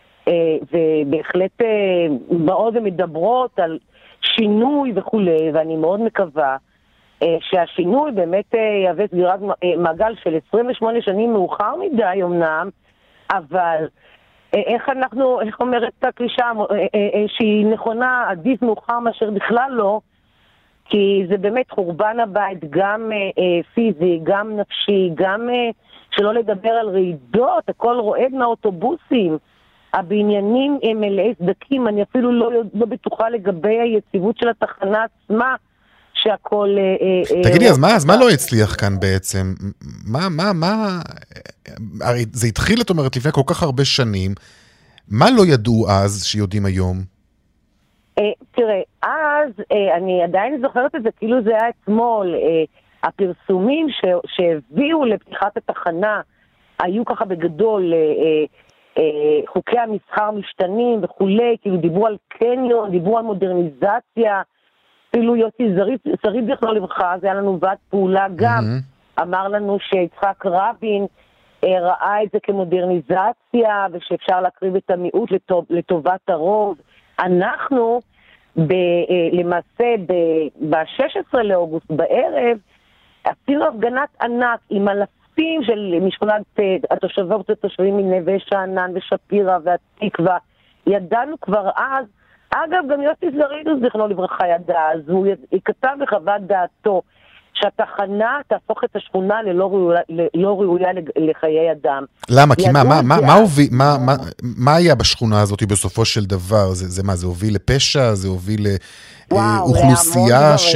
ובהחלט מאוד מדברות על שינוי וכו', ואני מאוד מקווה שהשינוי באמת יהווה סגירת מעגל של עשרים ושמונה שנים מאוחר מדי אמנם, אבל איך אנחנו, איך אומרת את הקלישה שהיא נכונה, עדיף מאוחר מאשר בכלל לא, כי זה באמת חורבן הבית, גם פיזי, גם נפשי, גם שלא לדבר על רעידות, הכל רועד מהאוטובוסים, הבניינים הם מלאי סדקים, אני אפילו לא, לא בטוחה לגבי היציבות של התחנה עצמה, שהכל... תגידי, אז מה, אז מה לא הצליח כאן בעצם? מה, מה, מה... הרי זה התחיל, את אומרת, לפני כל כך הרבה שנים, מה לא ידעו אז שיודעים היום? תראה, אז אני עדיין זוכרת את זה, כאילו זה היה אתמול, הפרסומים שהביאו לפתיחת התחנה, היו ככה בגדול, חוקי המסחר משתנים וכולי, כאילו דיברו על קניון, דיברו על מודרניזציה, אפילו יוסי שריד זכרונו לברכה, זה היה לנו ועד פעולה גם, mm-hmm. אמר לנו שיצחק רבין אה, ראה את זה כמודרניזציה, ושאפשר להקריב את המיעוט לטוב, לטובת הרוב. אנחנו, ב, אה, למעשה, ב-שישה עשר לאוגוסט בערב, עשינו הפגנת ענק עם אלפים של משכונת אה, התושבות התושבים מנווה שאנן ושפירה והתקווה. ידענו כבר אז, אגב, גם יוסי זרידוס זכרונו לברכה ידע, אז הוא כתב בחוות דעתו שהתחנה תהפוך את השכונה ללא ראויה, לא ראויה לחיי אדם. למה? כי מה, מה, מה, מה, הוביל, מה, מה, מה היה בשכונה הזאת בסופו של דבר? זה, זה מה, זה הוביל לפשע? זה הוביל לאוכלוסייה ש...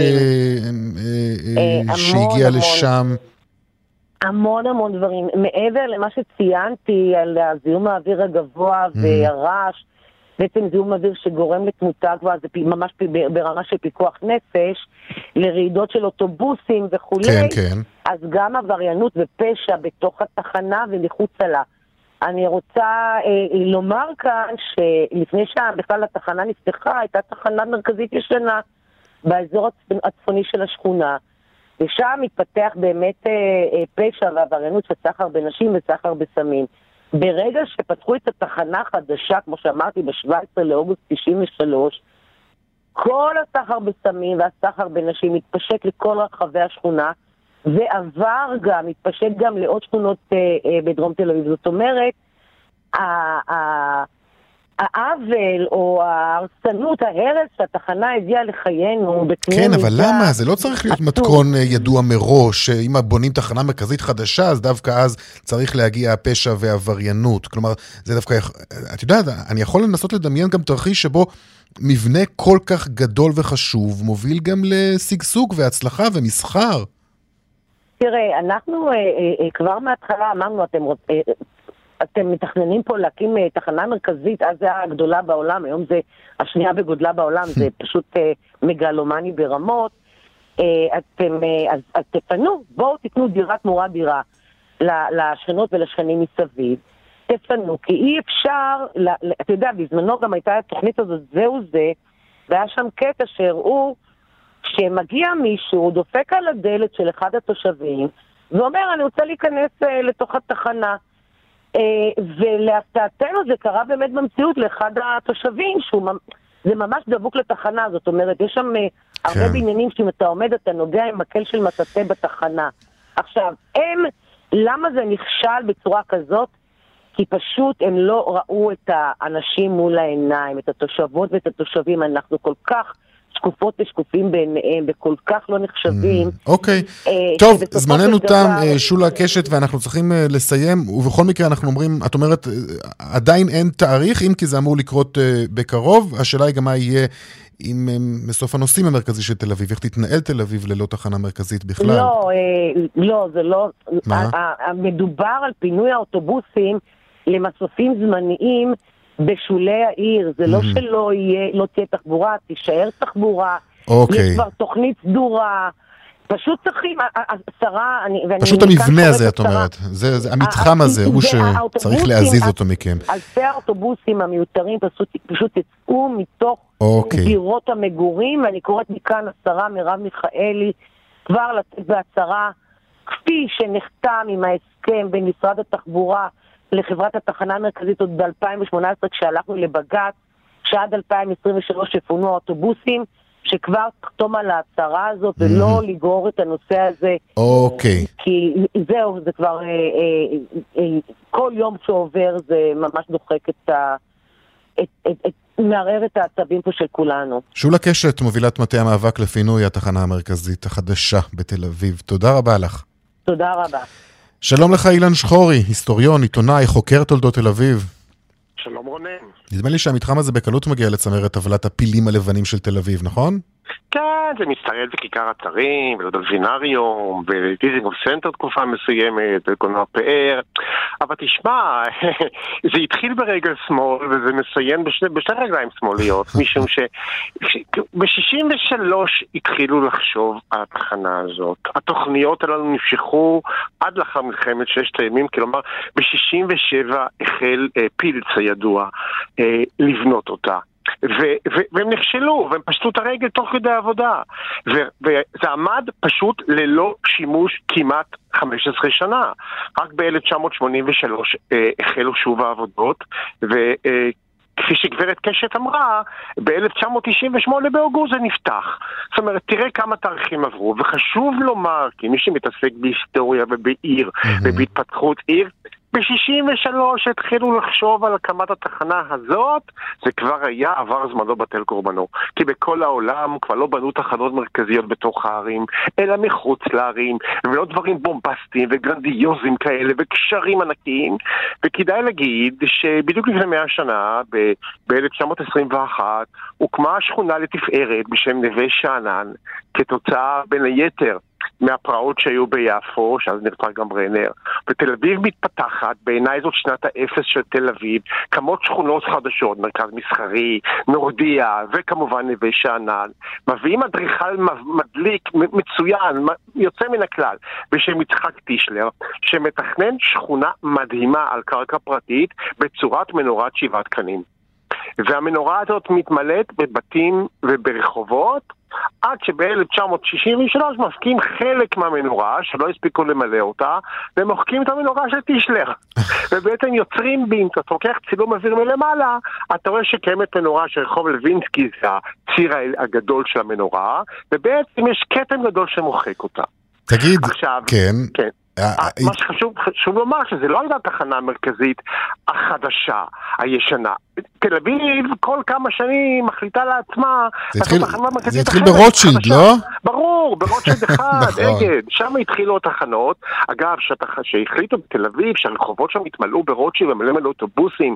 שהגיעה לשם? המון המון דברים. מעבר למה שציינתי על הזיהום האוויר הגבוה והרעש, בעצם זיהום אוויר שגורם לתמותה כבר, זה ממש ברמה של פיקוח נפש, לרעידות של אוטובוסים וכו'. כן, כן. אז גם עבריינות ופשע בתוך התחנה ומחוצה לה. אני רוצה אה, לומר כאן שלפני שבכלל התחנה נפתחה, הייתה תחנה מרכזית ישנה באזור הצפוני של השכונה, ושם מתפתח באמת אה, אה, פשע ועבריינות של סחר בנשים וסחר בסמים. ברגע שפתחו את התחנה החדשה, כמו שאמרתי, ב-שבעה עשר לאוגוסט תשעים ושלוש, כל הסחר בסמים והסחר בנשים מתפשט לכל רחבי השכונה, ועבר גם, מתפשט גם לעוד שכונות אה, אה, בדרום תל אביב. זאת אומרת, העוול או ההרסנות, ההרס שהתחנה הביאה לחיינו... כן, אבל למה? זה לא צריך להיות מתכון ידוע מראש, אם בונים תחנה מרכזית חדשה, אז דווקא אז צריך להגיע הפשע והעבריינות. כלומר, זה דווקא... את יודעת, אני יכול לנסות לדמיין גם תרחיש שבו מבנה כל כך גדול וחשוב, מוביל גם לסגסוג והצלחה ומסחר. תראה, אנחנו כבר מההתחלה אמרנו, אתם רוצים... אתם מתכננים פה להקים תחנה מרכזית, אז זה הגדולה בעולם, היום זה השנייה בגודלה בעולם, זה פשוט מגלומני ברמות. אתם, אז, אז תפנו, בואו תתנו דירה תמורה דירה לשכנות ולשכנים מסביב. תפנו, כי אי אפשר, אתה יודע, בזמנו גם הייתה התוכנית הזאת, זהו זה, והיה שם קטע שהראו שמגיע מישהו, דופק על הדלת של אחד התושבים, ואומר, אני רוצה להיכנס לתוך התחנה. ולהפתעתנו זה קרה באמת במציאות לאחד התושבים, זה ממש דבוק לתחנה, זאת אומרת, יש שם הרבה בניינים שאם אתה עומד, אתה נוגע עם מקל של מטאטא בתחנה. עכשיו, הם, למה זה נכשל בצורה כזאת? כי פשוט הם לא ראו את האנשים מול העיניים, את התושבות ואת התושבים, אנחנו כל כך שקופות ושקופים בעיניהם, וכל כך לא נחשבים. אוקיי, טוב, זמננו תם, שולה קשת, ואנחנו צריכים לסיים, ובכל מקרה אנחנו אומרים, את אומרת, עדיין אין תאריך, אם כי זה אמור לקרות בקרוב, השאלה היא גם מה יהיה עם מסוף הנושאים המרכזי של תל אביב, איך תתנהל תל אביב ללא תחנה מרכזית בכלל? לא, לא, זה לא, מדובר על פינוי האוטובוסים למסופים זמניים, בשולי העיר, זה לא שלא יהיה, לא תהיה תחבורה, תישאר תחבורה, יש כבר תוכנית סדורה, פשוט צריכים, השרה, פשוט המבנה הזה, את אומרת, המתחם הזה, הוא שצריך להזיז אותו מכם. אלפי האוטובוסים המיותרים פשוט יצאו מתוך דירות המגורים, ואני קוראת מכאן השרה מרב מיכאלי, כבר לצאת בהצהרה, כפי שנחתם עם ההסכם בין משרד התחבורה, לחברת התחנה המרכזית עוד ב-אלפיים שמונה עשרה כשהלכנו לבג"ץ, שעד אלפיים עשרים ושלוש יפונו האוטובוסים, שכבר תחתום על ההצהרה הזאת ולא לגרור את הנושא הזה. אוקיי. כי זהו, זה כבר, אה, אה, אה, כל יום שעובר זה ממש דוחק את ה... את, את, את, מערער את העצבים פה של כולנו. שולה קשת, מובילת מטה המאבק לפינוי התחנה המרכזית החדשה בתל אביב. תודה רבה לך. תודה רבה. שלום לך אילן שחורי, היסטוריון, עיתונאי, חוקר תולדות תל אביב. שלום רונן. נדמה לי שהמתחם הזה בקלות מגיע לצמרת טבלת הפילים הלבנים של תל אביב, נכון? כן, זה מצטרף בכיכר הצרים, ולדולפינריום, ודיזינגוף סנטר תקופה מסוימת, וקולנוע פאר. אבל תשמע, זה התחיל ברגל שמאל, וזה מסיים בשני, בשני רגליים שמאליות, משום ש-ב-שישים ושלוש התחילו לחשוב על התחנה הזאת. התוכניות הללו נמשכו עד לאחר מלחמת ששת הימים, כלומר, ב-שישים ושבע החל אה, פילץ הידוע אה, לבנות אותה. ו- ו- והם נכשלו, והם פשטו את הרגל תוך כדי העבודה, ו- וזה עמד פשוט ללא שימוש כמעט חמש עשרה שנה. רק ב-אלף תשע מאות שמונים ושלוש אה, החלו שוב העבודות, וכפי אה, שגברת קשת אמרה, ב-אלף תשע מאות תשעים ושמונה באוגוסט זה נפתח. זאת אומרת, תראה כמה תאריכים עברו, וחשוב לומר, כי מי שמתעסק בהיסטוריה ובעיר, mm-hmm. ובהתפתחות עיר, ב-שישים ושלוש התחילו לחשוב על הקמת התחנה הזאת, זה כבר היה עבר זמנו בטל קורבנו. כי בכל העולם כבר לא בנו תחנות מרכזיות בתוך הערים, אלא מחוץ לערים, ולא דברים בומבסטיים וגרנדיוזים כאלה, וקשרים ענקיים. וכדאי להגיד שבדיוק לפני מאה שנה, ב-אלף תשע מאות עשרים ואחת, הוקמה שכונה לתפארת בשם נווה שאנן, כתוצאה בין היתר מהפרעות שהיו ביפו, שאז נרצח גם ברנר. ותל אביב מתפתחת, בעיניי זאת שנת האפס של תל אביב, כמות שכונות חדשות, מרכז מסחרי, נורדיה, וכמובן נווה שאנן. מביאים אדריכל מדליק, מצוין, יוצא מן הכלל, בשם יצחק טישלר, שמתכנן שכונה מדהימה על קרקע פרטית, בצורת מנורת שבעת קנים. והמנורה הזאת מתמלאת בבתים וברחובות, עד שב-אלף תשע מאות שישים ושלוש מפקים חלק מהמנורה, שלא הספיקו למלא אותה, ומוחקים את המנורה של טישלר. ובעצם יוצרים בין, אתה לוקח צילום אוויר מלמעלה, אתה רואה שקיימת מנורה של רחוב לוינסקי, זה הציר הגדול של המנורה, ובעצם יש קטן גדול שמוחק אותה. תגיד, עכשיו, כן. כן. מה שחשוב חשוב לומר שזה לא הייתה תחנה מרכזית החדשה, הישנה. תל אביב כל כמה שנים מחליטה לעצמה זה התחיל ברוטשילד, לא? ברור, ברוטשילד אחד, אגד, שם התחילו התחנות. אגב, שהחליטו בתל אביב שהרחובות שם התמלאו ברוטשילד ומלא מלא אוטובוסים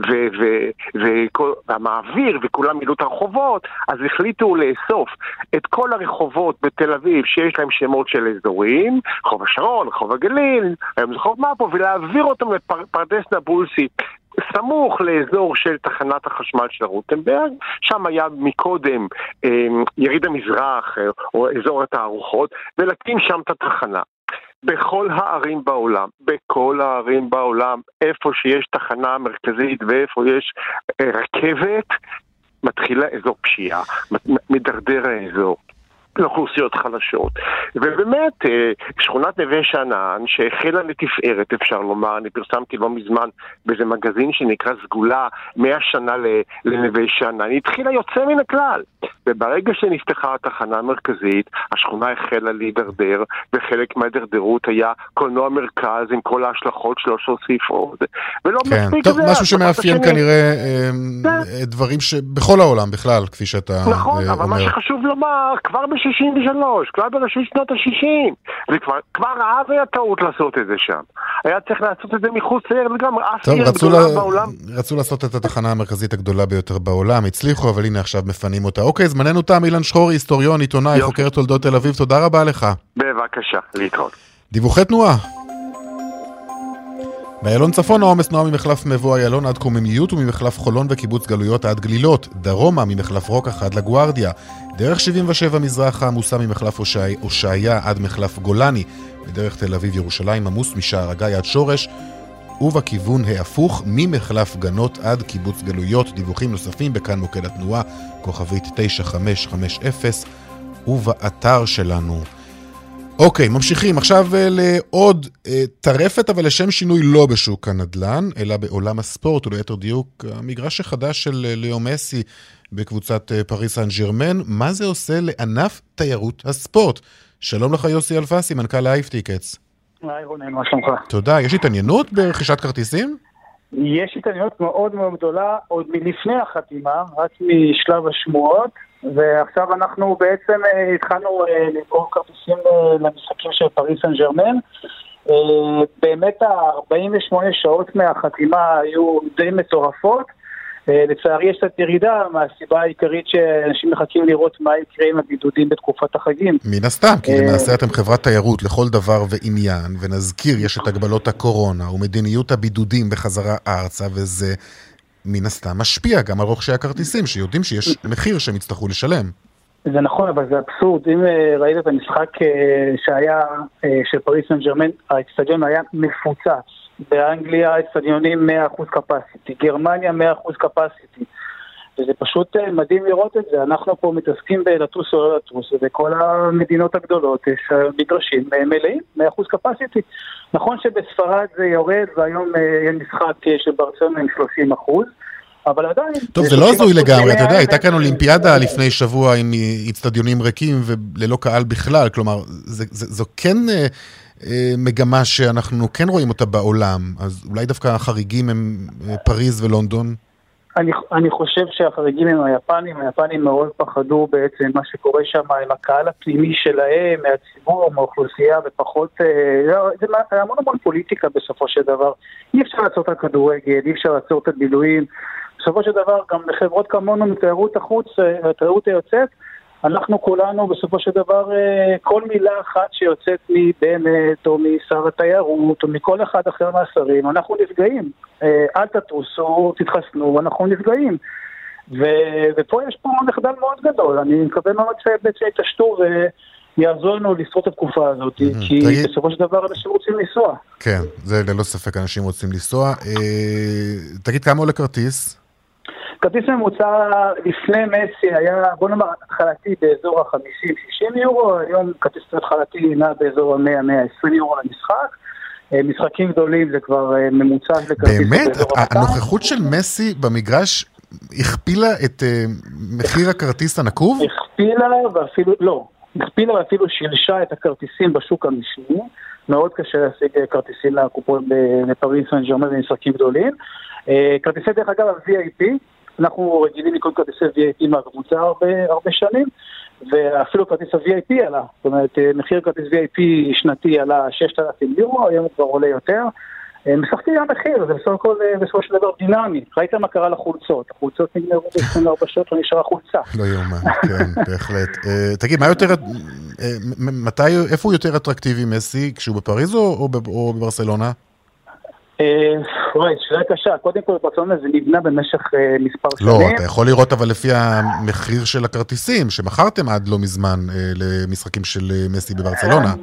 והמעביר וכולם מילאו את הרחובות, אז החליטו לאסוף את כל הרחובות בתל אביב שיש להם שמות של אזורים, רחוב השרון, רחוב הגליל, היום זה רחוב מפו, ולהעביר אותם לפרדס נבולסי, סמוך לאזור של תחנת החשמל של רוטנברג. שם היה מקודם אה, יריד המזרח אה, או אזור התערוכות, ולהקים שם את התחנה. בכל הערים בעולם, בכל הערים בעולם, איפה שיש תחנה מרכזית ואיפה יש אה, רכבת, מתחילה אזור פשיעה, מדרדר האזור. לאוכלוסיות חלשות. ובאמת, שכונת נווה שאנן, שהחלה לתפארת, אפשר לומר, אני פרסמתי לא מזמן באיזה מגזין שנקרא סגולה, מאה שנה לנווה שאנן, היא התחילה יוצא מן הכלל. וברגע שנפתחה התחנה המרכזית, השכונה החלה להידרדר, וחלק מהדרדרות היה קולנוע מרכז עם כל ההשלכות שלו שהוסיף עוד. ולא כן. מספיק טוב, זה. משהו שמאפיין כנראה אה, דברים שבכל העולם בכלל, כפי שאתה נכון, אה, אבל אומר. מה שחשוב לומר, כבר ב-שישים ושלוש, כבר בראשית שנות ה-שישים, וכבר אז היה טעות לעשות את זה שם. היה צריך לעשות את זה מחוץ לעיר, וגם אף עיר גדולה לה... בעולם. רצו לעשות את התחנה המרכזית הגדולה ביותר בעולם, הצליחו, אבל הנה עכשיו מפנים אותה. אוקיי, זמננו תם, אילן שחור, היסטוריון, עיתונאי, חוקר תולדות תל אביב, תודה רבה לך. בבקשה, להתראות. דיווחי תנועה. באיילון צפון העומס נוע ממחלף מבוא איילון עד קוממיות וממחלף חולון וקיבוץ גלויות עד גלילות, דרומה ממחלף רוקח עד לגוארדיה, דרך שבעים ושבע מזרחה עמוסה ממחלף הושעיה עד מחלף גולני, בדרך תל אביב ירושלים עמוס משער הגיא עד שורש, ובכיוון ההפוך ממחלף גנות עד קיבוץ גלויות. דיווחים נוספים בכאן מוקד התנועה, כוכבית תשע חמש חמש אפס, ובאתר שלנו. אוקיי, ממשיכים. עכשיו לעוד אה, טרפת, אבל לשם שינוי לא בשוק הנדל"ן, אלא בעולם הספורט, וליתר דיוק, המגרש החדש של ליאו מסי בקבוצת אה, פריס סן ז'רמן. מה זה עושה לענף תיירות הספורט? שלום לך יוסי אלפסי, מנכ"ל לייב טיקטס. היי רונן, מה שלומך? תודה. יש התעניינות ברכישת כרטיסים? יש התעניינות מאוד מאוד גדולה, עוד מלפני החתימה, רק משלב השמועות, ועכשיו אנחנו בעצם התחלנו למכור כרטיסים למשחקים של פריס סן ז'רמן. באמת ה-ארבעים ושמונה שעות מהחתימה היו די מטורפות. לצערי יש קצת ירידה מהסיבה העיקרית שאנשים מחכים לראות מה יקרה עם הבידודים בתקופת החגים. מן הסתם, כי למעשה אתם חברת תיירות לכל דבר ועניין, ונזכיר, יש את הגבלות הקורונה ומדיניות הבידודים בחזרה ארצה, וזה מן הסתם משפיע גם על רוכשי הכרטיסים, שיודעים שיש מחיר שהם יצטרכו לשלם. זה נכון, אבל זה אבסורד. אם ראית את המשחק שהיה של פריס סן ז'רמן, האצטדיון היה מפוצץ. באנגליה האצטדיונים מאה אחוז קפסיטי, גרמניה מאה אחוז קפסיטי. וזה פשוט מדהים לראות את זה. אנחנו פה מתעסקים בלטוס או לא לטוס, ובכל המדינות הגדולות יש מגרשים מלאים, מאה אחוז קפסיטי. נכון שבספרד זה יורד, והיום אין משחק של ברצלונה עם שלושים אחוז, אבל עדיין... טוב, זה לא הזוי לגמרי, אתה יודע, הייתה כאן אולימפיאדה לפני שבוע עם אצטדיונים ריקים וללא קהל בכלל, כלומר, זו כן מגמה שאנחנו כן רואים אותה בעולם, אז אולי דווקא החריגים הם פריז ולונדון? אני, אני חושב שהחריגים הם היפנים, היפנים מאוד פחדו בעצם מה שקורה שם עם הקהל הפנימי שלהם, מהציבור, מהאוכלוסייה, ופחות, זה המון המון פוליטיקה בסופו של דבר. אי אפשר לעצור את הכדורגל, אי אפשר לעצור את הבילויים. בסופו של דבר, גם לחברות כמונו מתיירות החוץ, התיירות היוצאת, אנחנו כולנו בסופו של דבר, כל מילה אחת שיוצאת מבנט או משר התיירות או מכל אחד אחר מהשרים, אנחנו נפגעים. אל תטוסו, תתחסנו, אנחנו נפגעים. ו- ופה יש פה מחדל מאוד גדול. אני מקווה מאוד שבעצם יתעשתו ויעזור לנו לשרוד את התקופה הזאת, mm-hmm. כי תגיד... בסופו של דבר אנשים רוצים לנסוע. כן, זה ללא ספק, אנשים רוצים לנסוע. תגיד, כמה עולה כרטיס? כרטיס ממוצע לפני מסי היה, בוא נאמר, התחלתי באזור ה-חמישים שישים יורו, היום כרטיס התחלתי נע באזור ה-מאה עד מאה ועשרים יורו למשחק. משחקים גדולים זה כבר ממוצע של כרטיס. באמת? הנוכחות של מסי במגרש הכפילה את מחיר הכרטיס הנקוב? הכפילה ואפילו, לא, הכפילה ואפילו שילשה את הכרטיסים בשוק המשני. מאוד קשה להשיג כרטיסים לקופות בפריס סן ז'רמן במשחקים גדולים. כרטיסי דרך אגב ה-וי איי פי, אנחנו רגילים לקרוא כרטיסי וי איי פי מהקבוצה הרבה, הרבה שנים, ואפילו כרטיס ה-וי איי פי עלה. זאת אומרת, מחיר כרטיס וי איי פי שנתי עלה שישת אלפים יורו, היום כבר עולה יותר. משחקים המחיר, זה בסוף הכל בסופו של דבר דינמי. ראית מה קרה לחולצות? החולצות נגמרו ב-עשרים וארבע שעות ונשארה חולצה. לא יומן, כן, בהחלט. תגיד, מה יותר, מתי, איפה הוא יותר אטרקטיבי מסי? כשהוא בפריז או בברסלונה? וואי, שאלה קשה. קודם כל, ברצלונה זה נבנה במשך מספר שנים. לא, אתה יכול לראות אבל לפי המחיר של הכרטיסים, שמכרתם עד לא מזמן למשחקים של מסי בברצלונה.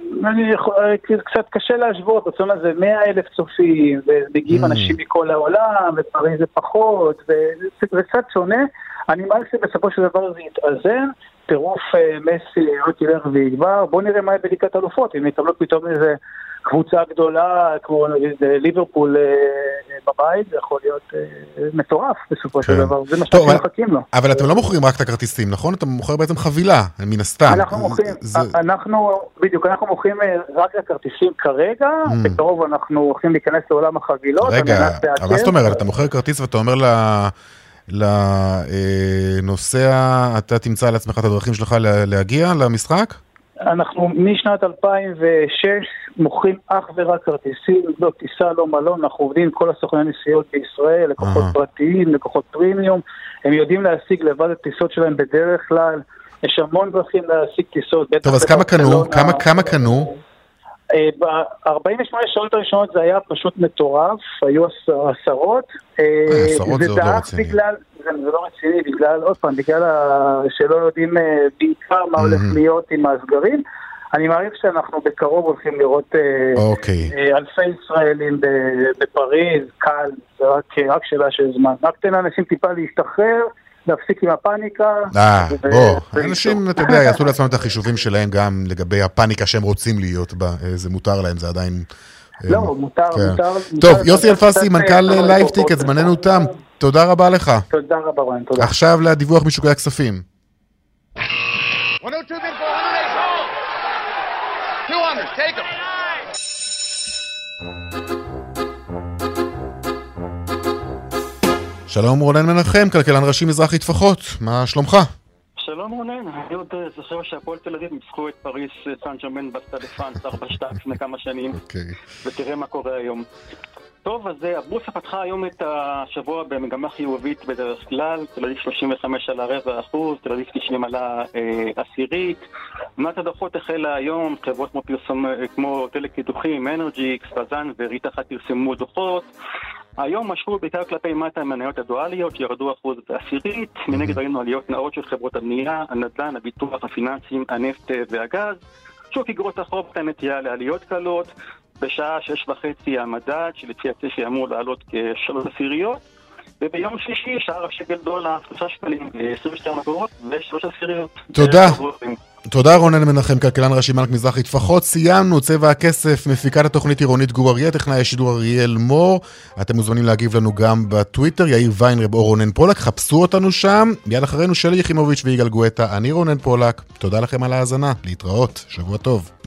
קצת קשה להשוות, ברצלונה זה מאה אלף צופים, ומגיעים אנשים מכל העולם, ופריז זה פחות, וזה קצת שונה. אני מעריך שבסופו של דבר זה יתאזן, טירוף מסי רק ילך ויגבר. בוא נראה מה יהיה בליגת האלופות, אם נקבלות פתאום איזה קבוצה גדולה, כמו ליברפול בבית, זה יכול להיות מטורף בסופו של דבר. זה מה שאנחנו מחכים לו. אבל אתם לא מוכרים רק את הכרטיסים, נכון? אתה מוכר בעצם חבילה, מן הסתם. אנחנו מוכרים, אנחנו, בדיוק, אנחנו מוכרים רק הכרטיסים כרגע, בקרוב אנחנו הולכים להיכנס לעולם החבילות. רגע, אבל מה זאת אומרת? אתה מוכר כרטיס ואתה אומר לנוסע, אתה תמצא על עצמך את הדרכים שלך להגיע למשחק? אנחנו משנת אלפיים ושש מוכרים אך ורק כרטיסים, לא טיסה, לא מלון, אנחנו עובדים עם כל הסוכני נסיעות בישראל, לקוחות פרטיים, לקוחות פרימיום, הם יודעים להשיג לבד את טיסות שלהם בדרך כלל, יש המון דרכים להשיג טיסות. טוב, אז כמה קנו? כמה, כמה קנו? ב-ארבעים ושמונה שעות הראשונות זה היה פשוט מטורף, היו עשרות. עשרות זה עוד לא רציני. זה לא רציני, בגלל, עוד פעם, בגלל שלא יודעים בעיקר מה הולך להיות עם הסגרים. אני מעריך שאנחנו בקרוב הולכים לראות אלפי ישראלים בפריז, קל, זה רק שאלה של זמן. רק תן לאנשים טיפה להשתחרר, להפסיק עם הפאניקה. אה, בוא, אנשים, אתה יודע, יעשו לעצמם את החישובים שלהם גם לגבי הפאניקה שהם רוצים להיות בה, זה מותר להם, זה עדיין... לא, מותר, מותר. טוב, יוסי אלפסי, מנכ"ל לייב טיקט, זמננו תם, תודה רבה לך. תודה רבה, רן, תודה. עכשיו לדיווח משוקי הכספים. שלום רונן מנחם, כלכלן ראשי מזרחי טפחות, מה שלומך? שלום רונן, אני עוד זוכר שהפועל תל אביב ניצחו את פריס סן ז'רמן בסטאד דה פראנס ארבע שתיים לפני כמה שנים, ותראה מה קורה היום. טוב, אז הבורסה פתחה היום את השבוע במגמה חיובית בדרך כלל, תל אביב שלושים וחמש על הרבע אחוז, תל אביב תשעים על העשירית. עונת הדוחות החלה היום, חברות כמו פרסום, כמו טלקידוחים, אנרג'יקס, בזן וריט אחת פרסמו דוחות. היום משכו בעיקר כלפי מטה המניות הדואליות, ירדו אחוז בעשירית, מנגד ראינו עליות נאות של חברות הבנייה, הנדל"ן, הביטוח, הפיננסים, הנפט והגז. שוק אגרות החוב נטייה לעליות קלות, בשעה שש וחצי המדד, שלפי הצפי אמור לעלות כשלוש עשיריות, וביום שלישי שער השקל דולר, שלושה שקלים, עשרים ושתיים אגורות ושלוש עשיריות. תודה. תודה רונן מנחם, כלכלן ראשי בנק מזרחי טפחות. סיימנו, צבע הכסף, מפיקת התוכנית עירונית גור אריה, טכנאי השידור אריאל מור. אתם מוזמנים להגיב לנו גם בטוויטר, יאיר ויינרב או רונן פולק, חפשו אותנו שם. מיד אחרינו שלי יחימוביץ' ויגאל גואטה, אני רונן פולק. תודה לכם על ההאזנה, להתראות, שבוע טוב.